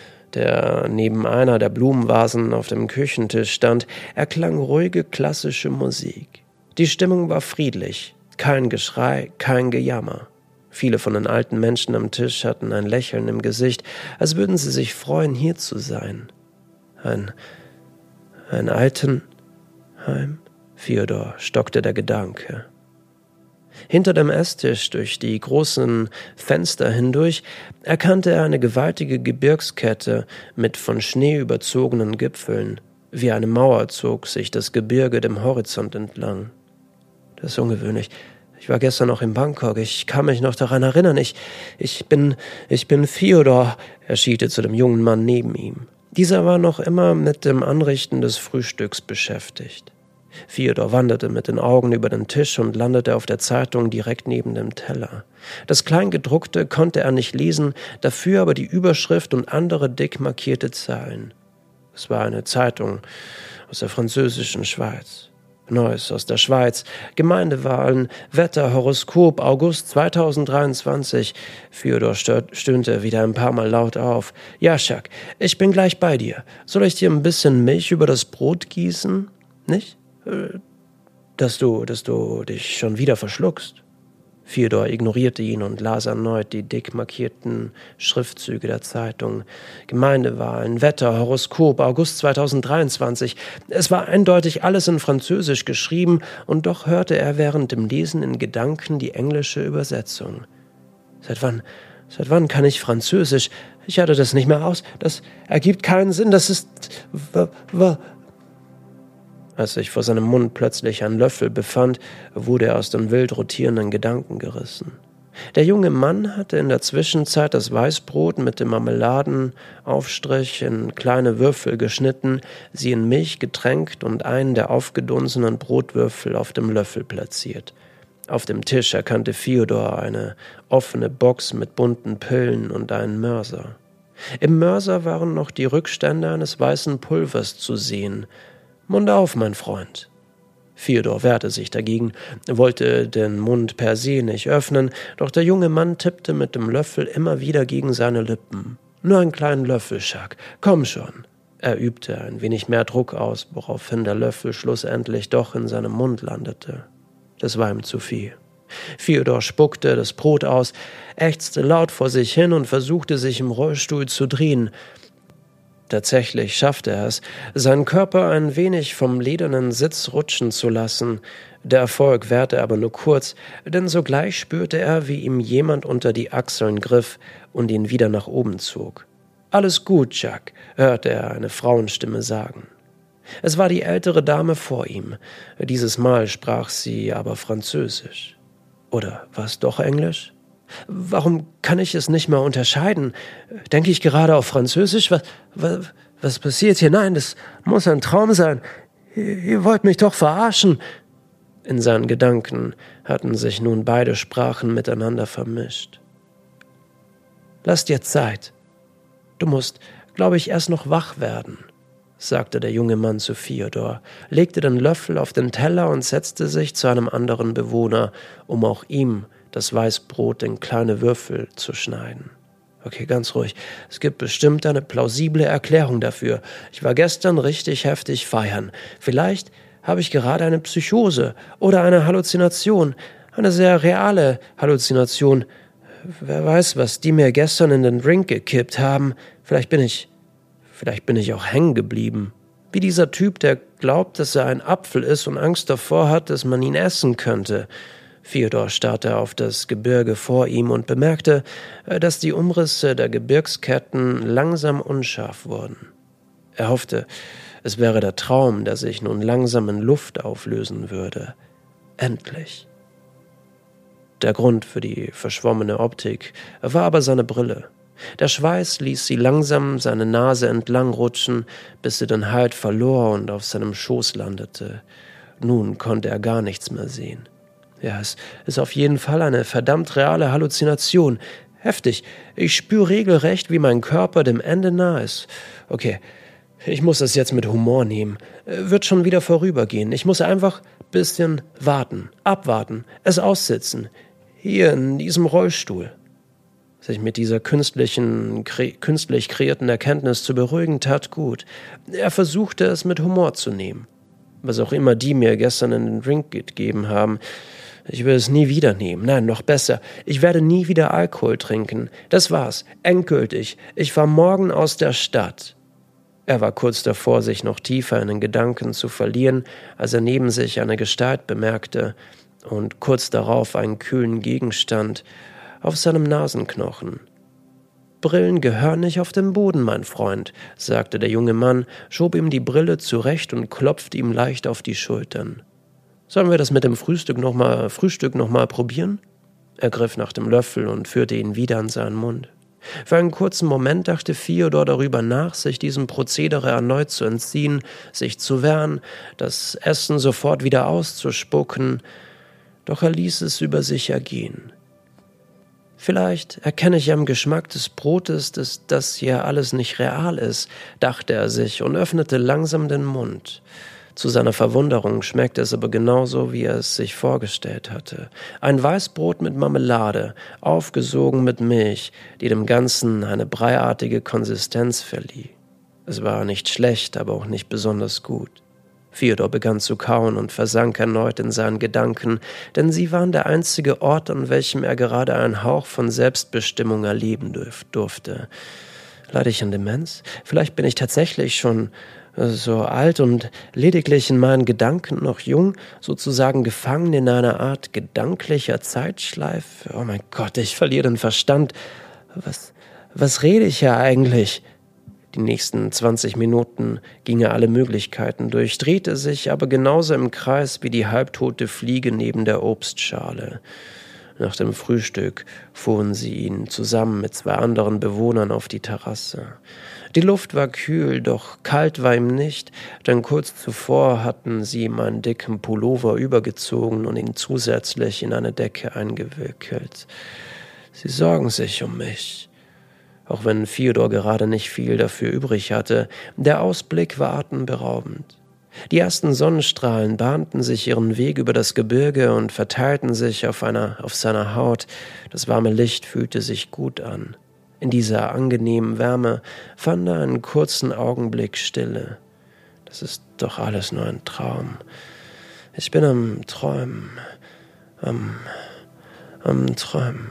der neben einer der Blumenvasen auf dem Küchentisch stand, erklang ruhige klassische Musik. Die Stimmung war friedlich, kein Geschrei, kein Gejammer. Viele von den alten Menschen am Tisch hatten ein Lächeln im Gesicht, als würden sie sich freuen, hier zu sein. Ein, ein Altenheim? Fjodor stockte der Gedanke. Hinter dem Esstisch, durch die großen Fenster hindurch, erkannte er eine gewaltige Gebirgskette mit von Schnee überzogenen Gipfeln. Wie eine Mauer zog sich das Gebirge dem Horizont entlang. Das ist ungewöhnlich. Ich war gestern noch in Bangkok. Ich kann mich noch daran erinnern. Ich, ich bin, ich bin Fjodor, er schielte zu dem jungen Mann neben ihm. Dieser war noch immer mit dem Anrichten des Frühstücks beschäftigt. Fjodor wanderte mit den Augen über den Tisch und landete auf der Zeitung direkt neben dem Teller. Das Kleingedruckte konnte er nicht lesen, dafür aber die Überschrift und andere dick markierte Zahlen. Es war eine Zeitung aus der französischen Schweiz. Neues aus der Schweiz, Gemeindewahlen, Wetter, Horoskop, August zweitausenddreiundzwanzig. Fjodor stöhnte wieder ein paar Mal laut auf. »Ja, Chuck, ich bin gleich bei dir. Soll ich dir ein bisschen Milch über das Brot gießen? Nicht? Dass du, dass du dich schon wieder verschluckst.« Fjodor ignorierte ihn und las erneut die dick markierten Schriftzüge der Zeitung. Gemeindewahlen, Wetter, Horoskop, August zweitausenddreiundzwanzig. Es war eindeutig alles in Französisch geschrieben, und doch hörte er während dem Lesen in Gedanken die englische Übersetzung. Seit wann, seit wann kann ich Französisch? Ich hatte das nicht mehr aus. Das ergibt keinen Sinn. Das ist... W- w- Als sich vor seinem Mund plötzlich ein Löffel befand, wurde er aus den wild rotierenden Gedanken gerissen. Der junge Mann hatte in der Zwischenzeit das Weißbrot mit dem Marmeladenaufstrich in kleine Würfel geschnitten, sie in Milch getränkt und einen der aufgedunsenen Brotwürfel auf dem Löffel platziert. Auf dem Tisch erkannte Fjodor eine offene Box mit bunten Pillen und einen Mörser. Im Mörser waren noch die Rückstände eines weißen Pulvers zu sehen. »Mund auf, mein Freund.« Fjodor wehrte sich dagegen, wollte den Mund per se nicht öffnen, doch der junge Mann tippte mit dem Löffel immer wieder gegen seine Lippen. »Nur einen kleinen Löffel, Chuck. Komm schon.« Er übte ein wenig mehr Druck aus, woraufhin der Löffel schlussendlich doch in seinem Mund landete. Das war ihm zu viel. Fjodor spuckte das Brot aus, ächzte laut vor sich hin und versuchte, sich im Rollstuhl zu drehen. Tatsächlich schaffte er es, seinen Körper ein wenig vom ledernen Sitz rutschen zu lassen. Der Erfolg währte aber nur kurz, denn sogleich spürte er, wie ihm jemand unter die Achseln griff und ihn wieder nach oben zog. »Alles gut, Chuck«, hörte er eine Frauenstimme sagen. Es war die ältere Dame vor ihm. Dieses Mal sprach sie aber Französisch. Oder war es doch Englisch? Warum kann ich es nicht mehr unterscheiden? Denke ich gerade auf Französisch? Was, was, was passiert hier? Nein, das muss ein Traum sein. Ihr, ihr wollt mich doch verarschen. In seinen Gedanken hatten sich nun beide Sprachen miteinander vermischt. Lass dir Zeit. Du musst, glaube ich, erst noch wach werden, sagte der junge Mann zu Fjodor, legte den Löffel auf den Teller und setzte sich zu einem anderen Bewohner, um auch ihm das Weißbrot in kleine Würfel zu schneiden. Okay, ganz ruhig. Es gibt bestimmt eine plausible Erklärung dafür. Ich war gestern richtig heftig feiern. Vielleicht habe ich gerade eine Psychose oder eine Halluzination. Eine sehr reale Halluzination. Wer weiß, was die mir gestern in den Drink gekippt haben. Vielleicht bin ich, vielleicht bin ich auch hängen geblieben. Wie dieser Typ, der glaubt, dass er ein Apfel ist und Angst davor hat, dass man ihn essen könnte. Fyodor starrte auf das Gebirge vor ihm und bemerkte, dass die Umrisse der Gebirgsketten langsam unscharf wurden. Er hoffte, es wäre der Traum, der sich nun langsam in Luft auflösen würde. Endlich. Der Grund für die verschwommene Optik war aber seine Brille. Der Schweiß ließ sie langsam seine Nase entlang rutschen, bis sie den Halt verlor und auf seinem Schoß landete. Nun konnte er gar nichts mehr sehen. Ja, es ist auf jeden Fall eine verdammt reale Halluzination. Heftig. Ich spüre regelrecht, wie mein Körper dem Ende nahe ist. Okay, ich muss es jetzt mit Humor nehmen. Wird schon wieder vorübergehen. Ich muss einfach ein bisschen warten, abwarten, es aussitzen. Hier in diesem Rollstuhl. Sich mit dieser künstlichen, kre- künstlich kreierten Erkenntnis zu beruhigen, tat gut. Er versuchte es mit Humor zu nehmen. Was auch immer die mir gestern in den Drink gegeben haben. Ich will es nie wieder nehmen. Nein, noch besser. Ich werde nie wieder Alkohol trinken. Das war's. Endgültig. Ich fahr morgen aus der Stadt. Er war kurz davor, sich noch tiefer in den Gedanken zu verlieren, als er neben sich eine Gestalt bemerkte und kurz darauf einen kühlen Gegenstand auf seinem Nasenknochen. »Brillen gehören nicht auf den Boden, mein Freund«, sagte der junge Mann, schob ihm die Brille zurecht und klopfte ihm leicht auf die Schultern. »Sollen wir das mit dem Frühstück noch mal, Frühstück noch mal probieren?« Er griff nach dem Löffel und führte ihn wieder an seinen Mund. Für einen kurzen Moment dachte Fyodor darüber nach, sich diesem Prozedere erneut zu entziehen, sich zu wehren, das Essen sofort wieder auszuspucken, doch er ließ es über sich ergehen. »Vielleicht erkenne ich am Geschmack des Brotes, dass das hier alles nicht real ist«, dachte er sich und öffnete langsam den Mund. Zu seiner Verwunderung schmeckte es aber genauso, wie er es sich vorgestellt hatte. Ein Weißbrot mit Marmelade, aufgesogen mit Milch, die dem Ganzen eine breiartige Konsistenz verlieh. Es war nicht schlecht, aber auch nicht besonders gut. Fyodor begann zu kauen und versank erneut in seinen Gedanken, denn sie waren der einzige Ort, an welchem er gerade einen Hauch von Selbstbestimmung erleben dürf- durfte. Leide ich an Demenz? Vielleicht bin ich tatsächlich schon so alt und lediglich in meinen Gedanken noch jung, sozusagen gefangen in einer Art gedanklicher Zeitschleife. Oh mein Gott, ich verliere den Verstand. Was, was rede ich hier eigentlich? Die nächsten zwanzig Minuten ging er alle Möglichkeiten durch, drehte sich aber genauso im Kreis wie die halbtote Fliege neben der Obstschale. Nach dem Frühstück fuhren sie ihn zusammen mit zwei anderen Bewohnern auf die Terrasse. Die Luft war kühl, doch kalt war ihm nicht, denn kurz zuvor hatten sie ihm einen dicken Pullover übergezogen und ihn zusätzlich in eine Decke eingewickelt. Sie sorgen sich um mich. Auch wenn Fyodor gerade nicht viel dafür übrig hatte, der Ausblick war atemberaubend. Die ersten Sonnenstrahlen bahnten sich ihren Weg über das Gebirge und verteilten sich auf, einer, auf seiner Haut. Das warme Licht fühlte sich gut an. In dieser angenehmen Wärme fand er einen kurzen Augenblick Stille. Das ist doch alles nur ein Traum. Ich bin am Träumen, am, am Träumen.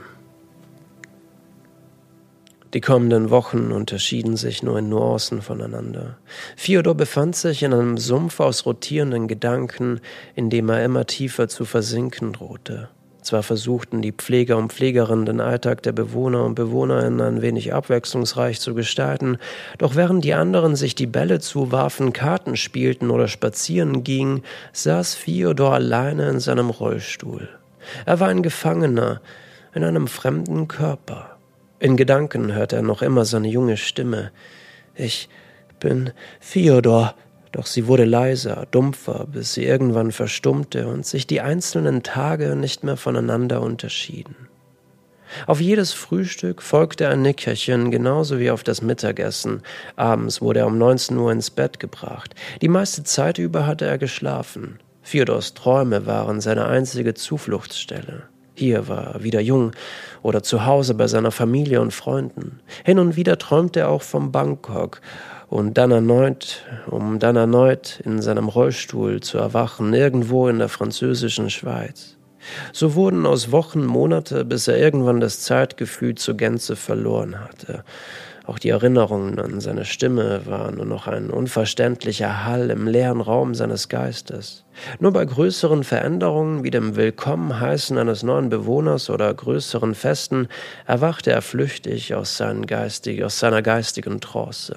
Die kommenden Wochen unterschieden sich nur in Nuancen voneinander. Fyodor befand sich in einem Sumpf aus rotierenden Gedanken, in dem er immer tiefer zu versinken drohte. Zwar versuchten die Pfleger und Pflegerinnen den Alltag der Bewohner und Bewohnerinnen ein wenig abwechslungsreich zu gestalten, doch während die anderen sich die Bälle zuwarfen, Karten spielten oder spazieren gingen, saß Fyodor alleine in seinem Rollstuhl. Er war ein Gefangener in einem fremden Körper. In Gedanken hörte er noch immer seine junge Stimme. »Ich bin Fyodor«, doch sie wurde leiser, dumpfer, bis sie irgendwann verstummte und sich die einzelnen Tage nicht mehr voneinander unterschieden. Auf jedes Frühstück folgte ein Nickerchen, genauso wie auf das Mittagessen. Abends wurde er um neunzehn Uhr ins Bett gebracht. Die meiste Zeit über hatte er geschlafen. Fyodors Träume waren seine einzige Zufluchtsstelle. Hier war er wieder jung oder zu Hause bei seiner Familie und Freunden. Hin und wieder träumte er auch vom Bangkok und dann erneut, um dann erneut in seinem Rollstuhl zu erwachen, irgendwo in der französischen Schweiz. So wurden aus Wochen Monate, bis er irgendwann das Zeitgefühl zur Gänze verloren hatte. Auch die Erinnerungen an seine Stimme waren nur noch ein unverständlicher Hall im leeren Raum seines Geistes. Nur bei größeren Veränderungen wie dem Willkommenheißen eines neuen Bewohners oder größeren Festen erwachte er flüchtig aus, seinen geistig, aus seiner geistigen Trance.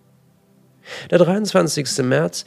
Der dreiundzwanzigste März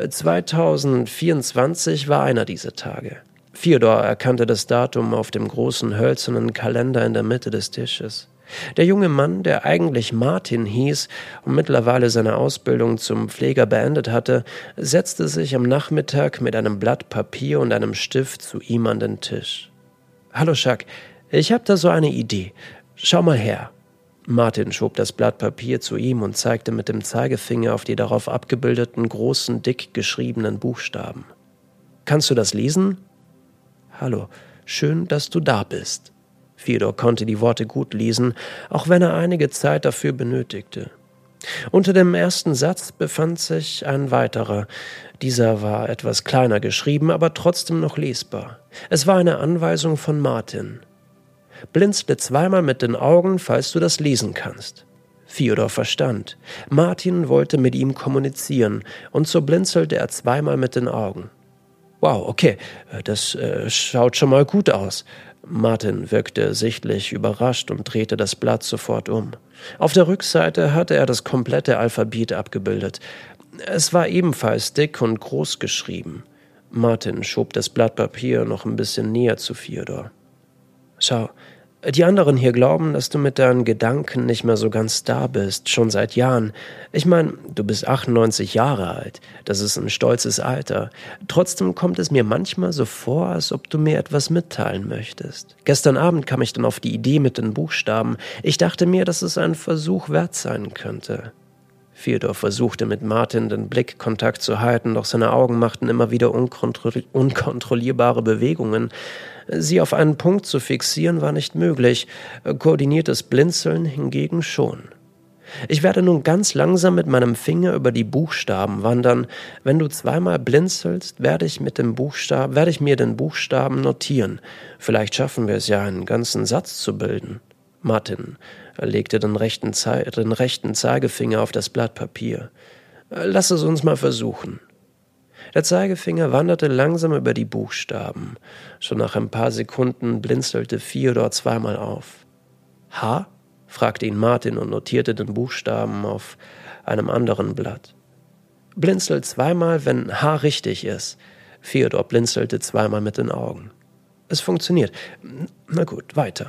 zweitausendvierundzwanzig war einer dieser Tage. Fjodor erkannte das Datum auf dem großen hölzernen Kalender in der Mitte des Tisches. Der junge Mann, der eigentlich Martin hieß und mittlerweile seine Ausbildung zum Pfleger beendet hatte, setzte sich am Nachmittag mit einem Blatt Papier und einem Stift zu ihm an den Tisch. »Hallo Jacques, ich habe da so eine Idee. Schau mal her.« Martin schob das Blatt Papier zu ihm und zeigte mit dem Zeigefinger auf die darauf abgebildeten großen, dick geschriebenen Buchstaben. »Kannst du das lesen?« »Hallo, schön, dass du da bist.« Fjodor konnte die Worte gut lesen, auch wenn er einige Zeit dafür benötigte. Unter dem ersten Satz befand sich ein weiterer. Dieser war etwas kleiner geschrieben, aber trotzdem noch lesbar. Es war eine Anweisung von Martin. »Blinzle zweimal mit den Augen, falls du das lesen kannst.« Fjodor verstand. Martin wollte mit ihm kommunizieren, und so blinzelte er zweimal mit den Augen. »Wow, okay, das äh, schaut schon mal gut aus.« Martin wirkte sichtlich überrascht und drehte das Blatt sofort um. Auf der Rückseite hatte er das komplette Alphabet abgebildet. Es war ebenfalls dick und groß geschrieben. Martin schob das Blatt Papier noch ein bisschen näher zu Fjodor. »Schau, die anderen hier glauben, dass du mit deinen Gedanken nicht mehr so ganz da bist, schon seit Jahren. Ich meine, du bist achtundneunzig Jahre alt. Das ist ein stolzes Alter. Trotzdem kommt es mir manchmal so vor, als ob du mir etwas mitteilen möchtest. Gestern Abend kam ich dann auf die Idee mit den Buchstaben. Ich dachte mir, dass es ein Versuch wert sein könnte.« Fjodor versuchte mit Martin den Blickkontakt zu halten, doch seine Augen machten immer wieder unkontroll- unkontrollierbare Bewegungen. Sie auf einen Punkt zu fixieren war nicht möglich, koordiniertes Blinzeln hingegen schon. »Ich werde nun ganz langsam mit meinem Finger über die Buchstaben wandern. Wenn du zweimal blinzelst, werde ich, mit dem Buchstab, werde ich mir den Buchstaben notieren. Vielleicht schaffen wir es ja, einen ganzen Satz zu bilden.« Martin legte den rechten, Ze- den rechten Zeigefinger auf das Blatt Papier. »Lass es uns mal versuchen.« Der Zeigefinger wanderte langsam über die Buchstaben. Schon nach ein paar Sekunden blinzelte Fjodor zweimal auf. »H?« fragte ihn Martin und notierte den Buchstaben auf einem anderen Blatt. »Blinzel zweimal, wenn H richtig ist.« Fjodor blinzelte zweimal mit den Augen. »Es funktioniert. Na gut, weiter.«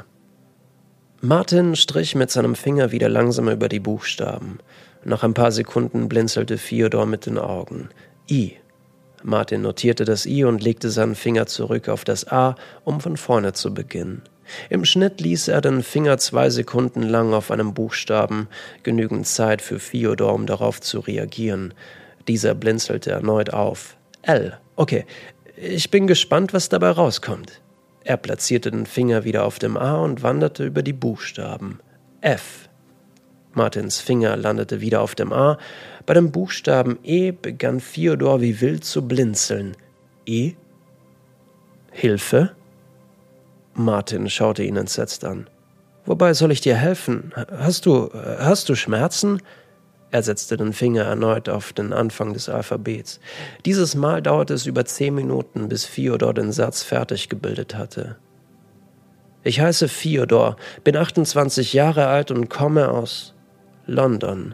Martin strich mit seinem Finger wieder langsam über die Buchstaben. Nach ein paar Sekunden blinzelte Fjodor mit den Augen. I. Martin notierte das I und legte seinen Finger zurück auf das A, um von vorne zu beginnen. Im Schnitt ließ er den Finger zwei Sekunden lang auf einem Buchstaben, genügend Zeit für Fjodor, um darauf zu reagieren. Dieser blinzelte erneut auf. L. Okay, ich bin gespannt, was dabei rauskommt. Er platzierte den Finger wieder auf dem A und wanderte über die Buchstaben. F. Martins Finger landete wieder auf dem A. Bei dem Buchstaben E begann Fjodor wie wild zu blinzeln. E? Hilfe? Martin schaute ihn entsetzt an. »Wobei soll ich dir helfen? Hast du, hast du Schmerzen?« Er setzte den Finger erneut auf den Anfang des Alphabets. Dieses Mal dauerte es über zehn Minuten, bis Fjodor den Satz fertig gebildet hatte. »Ich heiße Fjodor, bin achtundzwanzig Jahre alt und komme aus London.«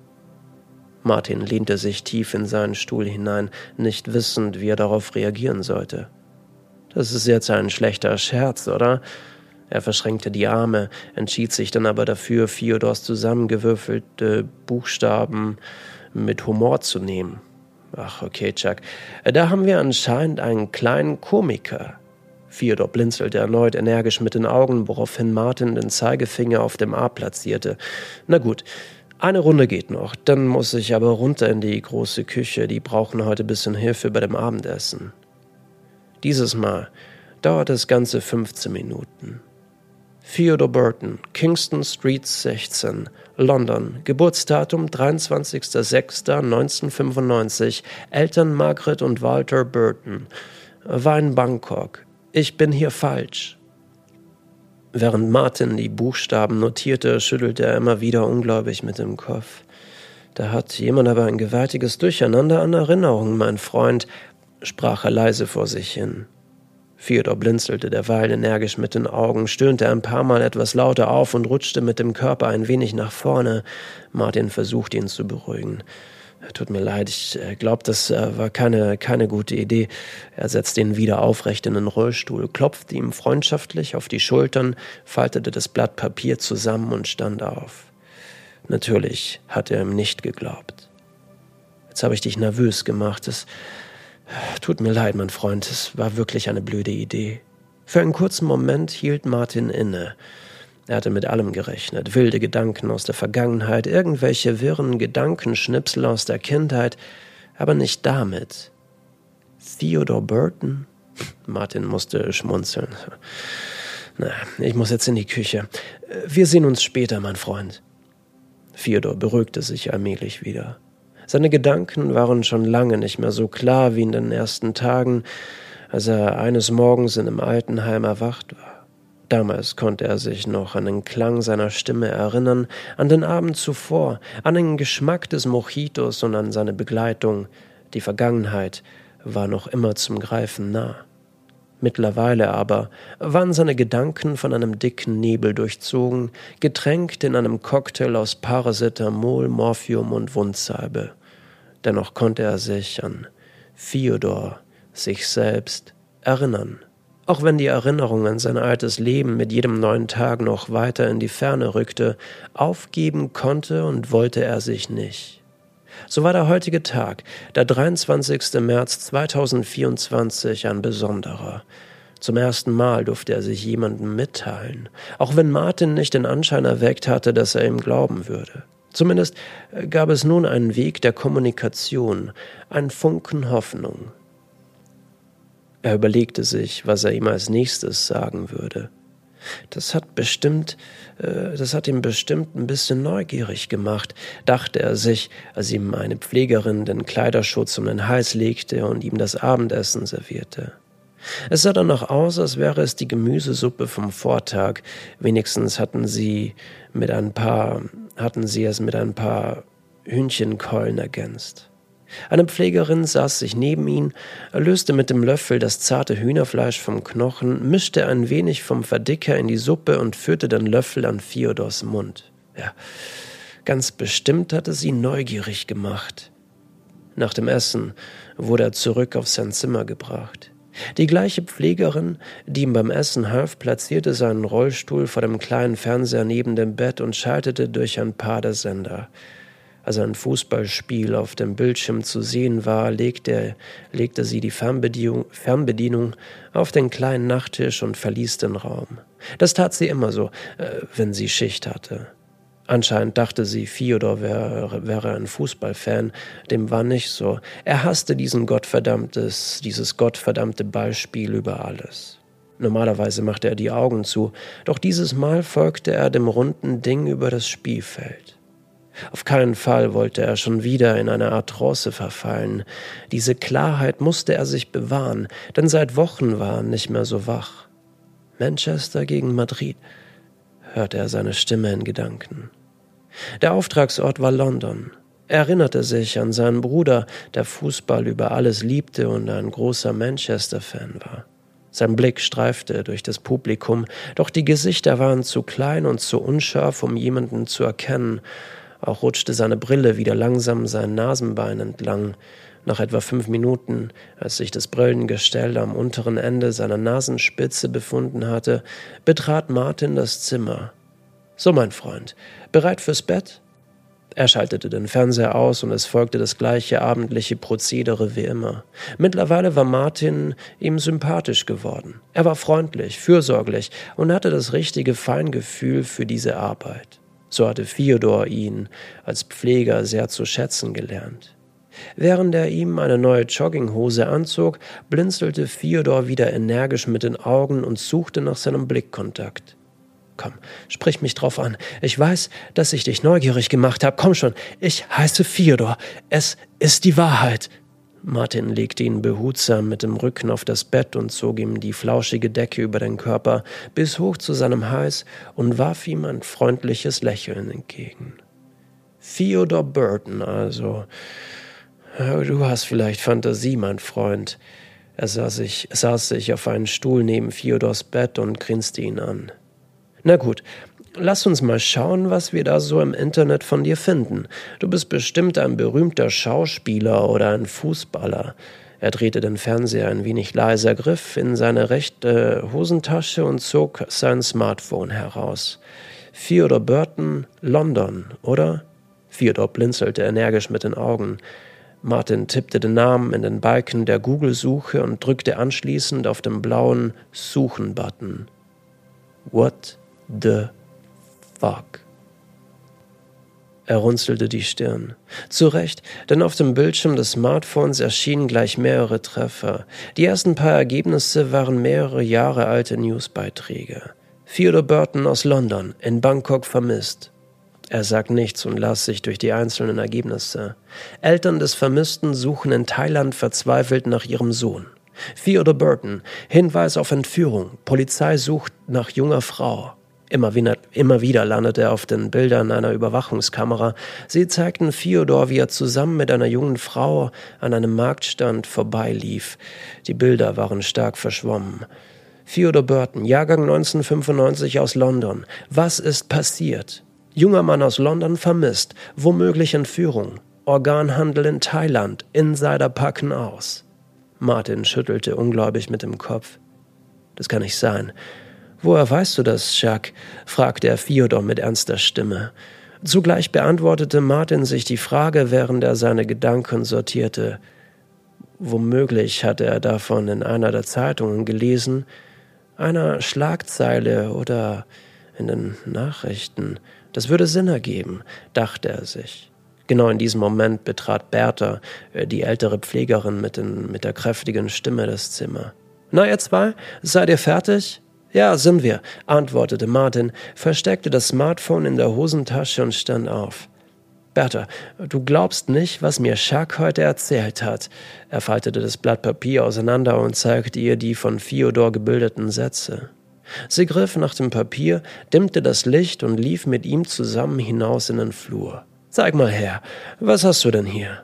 Martin lehnte sich tief in seinen Stuhl hinein, nicht wissend, wie er darauf reagieren sollte. »Das ist jetzt ein schlechter Scherz, oder?« Er verschränkte die Arme, entschied sich dann aber dafür, Fjodors zusammengewürfelte Buchstaben mit Humor zu nehmen. »Ach, okay, Chuck, da haben wir anscheinend einen kleinen Komiker.« Fjodor blinzelte erneut energisch mit den Augen, woraufhin Martin den Zeigefinger auf dem A platzierte. »Na gut, eine Runde geht noch, dann muss ich aber runter in die große Küche, die brauchen heute ein bisschen Hilfe bei dem Abendessen.« Dieses Mal dauerte es ganze fünfzehn Minuten. Theodore Burton, Kingston Street sechzehn, London, Geburtsdatum dreiundzwanzigster sechster neunzehnhundertfünfundneunzig, Eltern Margaret und Walter Burton, war in Bangkok. Ich bin hier falsch. Während Martin die Buchstaben notierte, schüttelte er immer wieder ungläubig mit dem Kopf. Da hat jemand aber ein gewaltiges Durcheinander an Erinnerungen, mein Freund, sprach er leise vor sich hin. Theodor blinzelte derweil energisch mit den Augen, stöhnte ein paar Mal etwas lauter auf und rutschte mit dem Körper ein wenig nach vorne. Martin versuchte ihn zu beruhigen. »Tut mir leid, ich glaube, das war keine, keine gute Idee.« Er setzte ihn wieder aufrecht in den Rollstuhl, klopfte ihm freundschaftlich auf die Schultern, faltete das Blatt Papier zusammen und stand auf. Natürlich hatte er ihm nicht geglaubt. »Jetzt habe ich dich nervös gemacht. Es tut mir leid, mein Freund, es war wirklich eine blöde Idee.« Für einen kurzen Moment hielt Martin inne. Er hatte mit allem gerechnet, wilde Gedanken aus der Vergangenheit, irgendwelche wirren Gedankenschnipsel aus der Kindheit, aber nicht damit. Theodore Burton? Martin musste schmunzeln. Na, ich muss jetzt in die Küche. Wir sehen uns später, mein Freund. Theodor beruhigte sich allmählich wieder. Seine Gedanken waren schon lange nicht mehr so klar wie in den ersten Tagen, als er eines Morgens in einem Altenheim erwacht war. Damals konnte er sich noch an den Klang seiner Stimme erinnern, an den Abend zuvor, an den Geschmack des Mojitos und an seine Begleitung. Die Vergangenheit war noch immer zum Greifen nah. Mittlerweile aber waren seine Gedanken von einem dicken Nebel durchzogen, getränkt in einem Cocktail aus Paracetamol, Morphium und Wundsalbe. Dennoch konnte er sich an Theodor, sich selbst, erinnern. Auch wenn die Erinnerung an sein altes Leben mit jedem neuen Tag noch weiter in die Ferne rückte, aufgeben konnte und wollte er sich nicht. So war der heutige Tag, der dreiundzwanzigster März zweitausendvierundzwanzig, ein besonderer. Zum ersten Mal durfte er sich jemandem mitteilen, auch wenn Martin nicht den Anschein erweckt hatte, dass er ihm glauben würde. Zumindest gab es nun einen Weg der Kommunikation, einen Funken Hoffnung. Er überlegte sich, was er ihm als nächstes sagen würde. Das hat bestimmt, äh, das hat ihn bestimmt ein bisschen neugierig gemacht, dachte er sich, als ihm eine Pflegerin den Kleiderschutz um den Hals legte und ihm das Abendessen servierte. Es sah danach aus, als wäre es die Gemüsesuppe vom Vortag. Wenigstens hatten sie mit ein paar, hatten sie es mit ein paar Hühnchenkeulen ergänzt. Eine Pflegerin saß sich neben ihn, löste mit dem Löffel das zarte Hühnerfleisch vom Knochen, mischte ein wenig vom Verdicker in die Suppe und führte den Löffel an Theodors Mund. Ja, ganz bestimmt hatte sie neugierig gemacht. Nach dem Essen wurde er zurück auf sein Zimmer gebracht. Die gleiche Pflegerin, die ihm beim Essen half, platzierte seinen Rollstuhl vor dem kleinen Fernseher neben dem Bett und schaltete durch ein paar der Sender. Als ein Fußballspiel auf dem Bildschirm zu sehen war, legte, legte sie die Fernbedienung, Fernbedienung auf den kleinen Nachttisch und verließ den Raum. Das tat sie immer so, äh, wenn sie Schicht hatte. Anscheinend dachte sie, Theodor wäre, wäre ein Fußballfan. Dem war nicht so. Er hasste diesen gottverdammtes, dieses gottverdammte Ballspiel über alles. Normalerweise machte er die Augen zu, doch dieses Mal folgte er dem runden Ding über das Spielfeld. Auf keinen Fall wollte er schon wieder in eine Art Trance verfallen. Diese Klarheit musste er sich bewahren, denn seit Wochen war er nicht mehr so wach. Manchester gegen Madrid, hörte er seine Stimme in Gedanken. Der Auftragsort war London. Er erinnerte sich an seinen Bruder, der Fußball über alles liebte und ein großer Manchester-Fan war. Sein Blick streifte durch das Publikum, doch die Gesichter waren zu klein und zu unscharf, um jemanden zu erkennen. Auch rutschte seine Brille wieder langsam sein Nasenbein entlang. Nach etwa fünf Minuten, als sich das Brillengestell am unteren Ende seiner Nasenspitze befunden hatte, betrat Martin das Zimmer. »So, mein Freund, bereit fürs Bett?« Er schaltete den Fernseher aus und es folgte das gleiche abendliche Prozedere wie immer. Mittlerweile war Martin ihm sympathisch geworden. Er war freundlich, fürsorglich und hatte das richtige Feingefühl für diese Arbeit. So hatte Theodor ihn als Pfleger sehr zu schätzen gelernt. Während er ihm eine neue Jogginghose anzog, blinzelte Fjodor wieder energisch mit den Augen und suchte nach seinem Blickkontakt. »Komm, sprich mich drauf an. Ich weiß, dass ich dich neugierig gemacht habe. Komm schon, ich heiße Fjodor. Es ist die Wahrheit.« Martin legte ihn behutsam mit dem Rücken auf das Bett und zog ihm die flauschige Decke über den Körper bis hoch zu seinem Hals und warf ihm ein freundliches Lächeln entgegen. »Fjodor Burton, also. Du hast vielleicht Fantasie, mein Freund.« Er saß sich, saß sich auf einen Stuhl neben Fjodors Bett und grinste ihn an. »Na gut, lass uns mal schauen, was wir da so im Internet von dir finden. Du bist bestimmt ein berühmter Schauspieler oder ein Fußballer.« Er drehte den Fernseher ein wenig leiser, griff in seine rechte Hosentasche und zog sein Smartphone heraus. »Fjodor Burton, London, oder?« Fjodor blinzelte energisch mit den Augen. Martin tippte den Namen in den Balken der Google-Suche und drückte anschließend auf den blauen Suchen-Button. »What the fuck?« Er runzelte die Stirn. Zu Recht, denn auf dem Bildschirm des Smartphones erschienen gleich mehrere Treffer. Die ersten paar Ergebnisse waren mehrere Jahre alte Newsbeiträge. »Fjodor Burton aus London, in Bangkok vermisst.« Er sagt nichts und las sich durch die einzelnen Ergebnisse. »Eltern des Vermissten suchen in Thailand verzweifelt nach ihrem Sohn.« »Fjodor Burton, Hinweis auf Entführung. Polizei sucht nach junger Frau.« Immer wieder, immer wieder landete er auf den Bildern einer Überwachungskamera. Sie zeigten Fjodor, wie er zusammen mit einer jungen Frau an einem Marktstand vorbeilief. Die Bilder waren stark verschwommen. »Fjodor Burton, Jahrgang neunzehnhundertfünfundneunzig aus London. Was ist passiert? Junger Mann aus London vermisst. Womöglich Entführung. Organhandel in Thailand. Insider packen aus.« Martin schüttelte ungläubig mit dem Kopf. »Das kann nicht sein. »Woher weißt du das, Jacques?« fragte er Fjodor mit ernster Stimme. Zugleich beantwortete Martin sich die Frage, während er seine Gedanken sortierte. Womöglich hatte er davon in einer der Zeitungen gelesen, einer Schlagzeile oder in den Nachrichten. Das würde Sinn ergeben, dachte er sich. Genau in diesem Moment betrat Bertha, die ältere Pflegerin mit, den, mit der kräftigen Stimme, das Zimmer. »Na, ihr zwei, seid ihr fertig?« »Ja, sind wir«, antwortete Martin, versteckte das Smartphone in der Hosentasche und stand auf. »Bertha, du glaubst nicht, was mir Jacques heute erzählt hat.« Er faltete das Blatt Papier auseinander und zeigte ihr die von Fjodor gebildeten Sätze. Sie griff nach dem Papier, dimmte das Licht und lief mit ihm zusammen hinaus in den Flur. »Zeig mal her, was hast du denn hier?«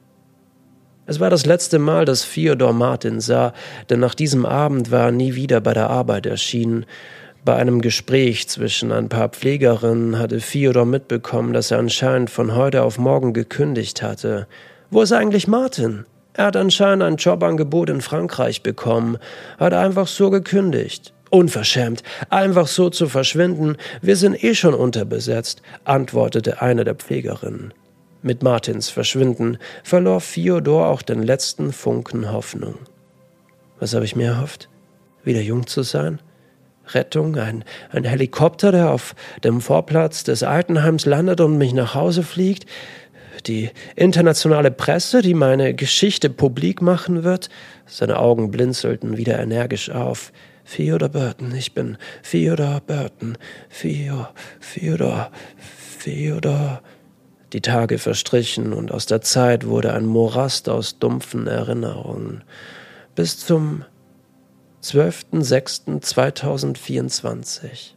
Es war das letzte Mal, dass Fjodor Martin sah, denn nach diesem Abend war er nie wieder bei der Arbeit erschienen. Bei einem Gespräch zwischen ein paar Pflegerinnen hatte Fjodor mitbekommen, dass er anscheinend von heute auf morgen gekündigt hatte. »Wo ist eigentlich Martin? Er hat anscheinend ein Jobangebot in Frankreich bekommen, hat einfach so gekündigt.« »Unverschämt, einfach so zu verschwinden, wir sind eh schon unterbesetzt«, antwortete eine der Pflegerinnen. Mit Martins Verschwinden verlor Fjodor auch den letzten Funken Hoffnung. Was habe ich mir erhofft? Wieder jung zu sein? Rettung, ein, ein Helikopter, der auf dem Vorplatz des Altenheims landet und mich nach Hause fliegt? Die internationale Presse, die meine Geschichte publik machen wird? Seine Augen blinzelten wieder energisch auf. Fjodor Burton, ich bin Fjodor Burton. Fjodor, Fjodor, Fjodor. Die Tage verstrichen und aus der Zeit wurde ein Morast aus dumpfen Erinnerungen. Bis zum zwölften sechsten zweitausendvierundzwanzig.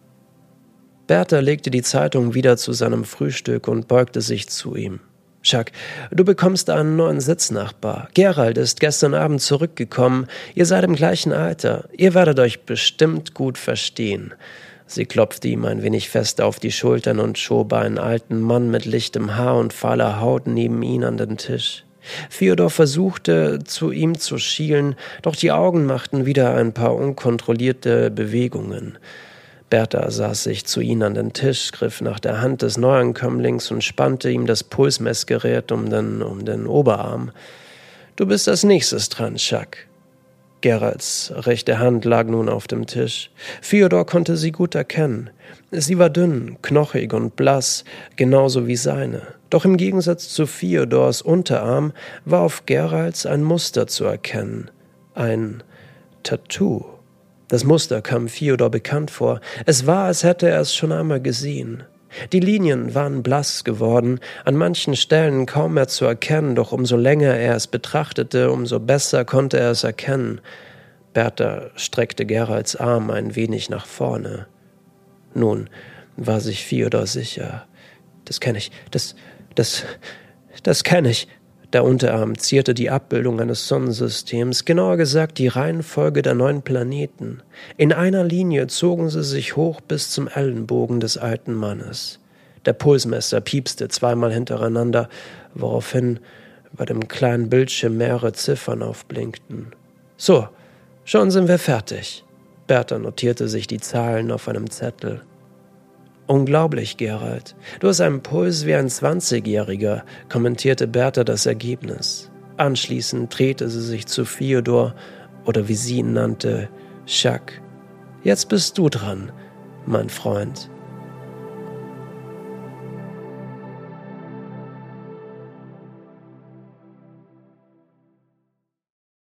Bertha legte die Zeitung wieder zu seinem Frühstück und beugte sich zu ihm. »Jacques, du bekommst einen neuen Sitznachbar. Gerald ist gestern Abend zurückgekommen. Ihr seid im gleichen Alter. Ihr werdet euch bestimmt gut verstehen.« Sie klopfte ihm ein wenig fest auf die Schultern und schob einen alten Mann mit lichtem Haar und fahler Haut neben ihn an den Tisch. Fjodor versuchte, zu ihm zu schielen, doch die Augen machten wieder ein paar unkontrollierte Bewegungen. Bertha saß sich zu ihm an den Tisch, griff nach der Hand des Neuankömmlings und spannte ihm das Pulsmessgerät um den, um den Oberarm. »Du bist als nächstes dran, Jacques.« Geralts rechte Hand lag nun auf dem Tisch. Fyodor konnte sie gut erkennen. Sie war dünn, knochig und blass, genauso wie seine. Doch im Gegensatz zu Fyodors Unterarm war auf Geralts ein Muster zu erkennen. Ein Tattoo. Das Muster kam Fyodor bekannt vor. Es war, als hätte er es schon einmal gesehen. Die Linien waren blass geworden, an manchen Stellen kaum mehr zu erkennen, doch umso länger er es betrachtete, umso besser konnte er es erkennen. Bertha streckte Geralts Arm ein wenig nach vorne. Nun war sich Fyodor sicher. Das kenne ich, das, das, das kenne ich. Der Unterarm zierte die Abbildung eines Sonnensystems, genauer gesagt die Reihenfolge der neun Planeten. In einer Linie zogen sie sich hoch bis zum Ellenbogen des alten Mannes. Der Pulsmesser piepste zweimal hintereinander, woraufhin bei dem kleinen Bildschirm mehrere Ziffern aufblinkten. »So, schon sind wir fertig.« Bertha notierte sich die Zahlen auf einem Zettel. »Unglaublich, Geralt. Du hast einen Puls wie ein Zwanzigjähriger«, kommentierte Bertha das Ergebnis. Anschließend drehte sie sich zu Fyodor, oder wie sie ihn nannte, Jacques. »Jetzt bist du dran, mein Freund.«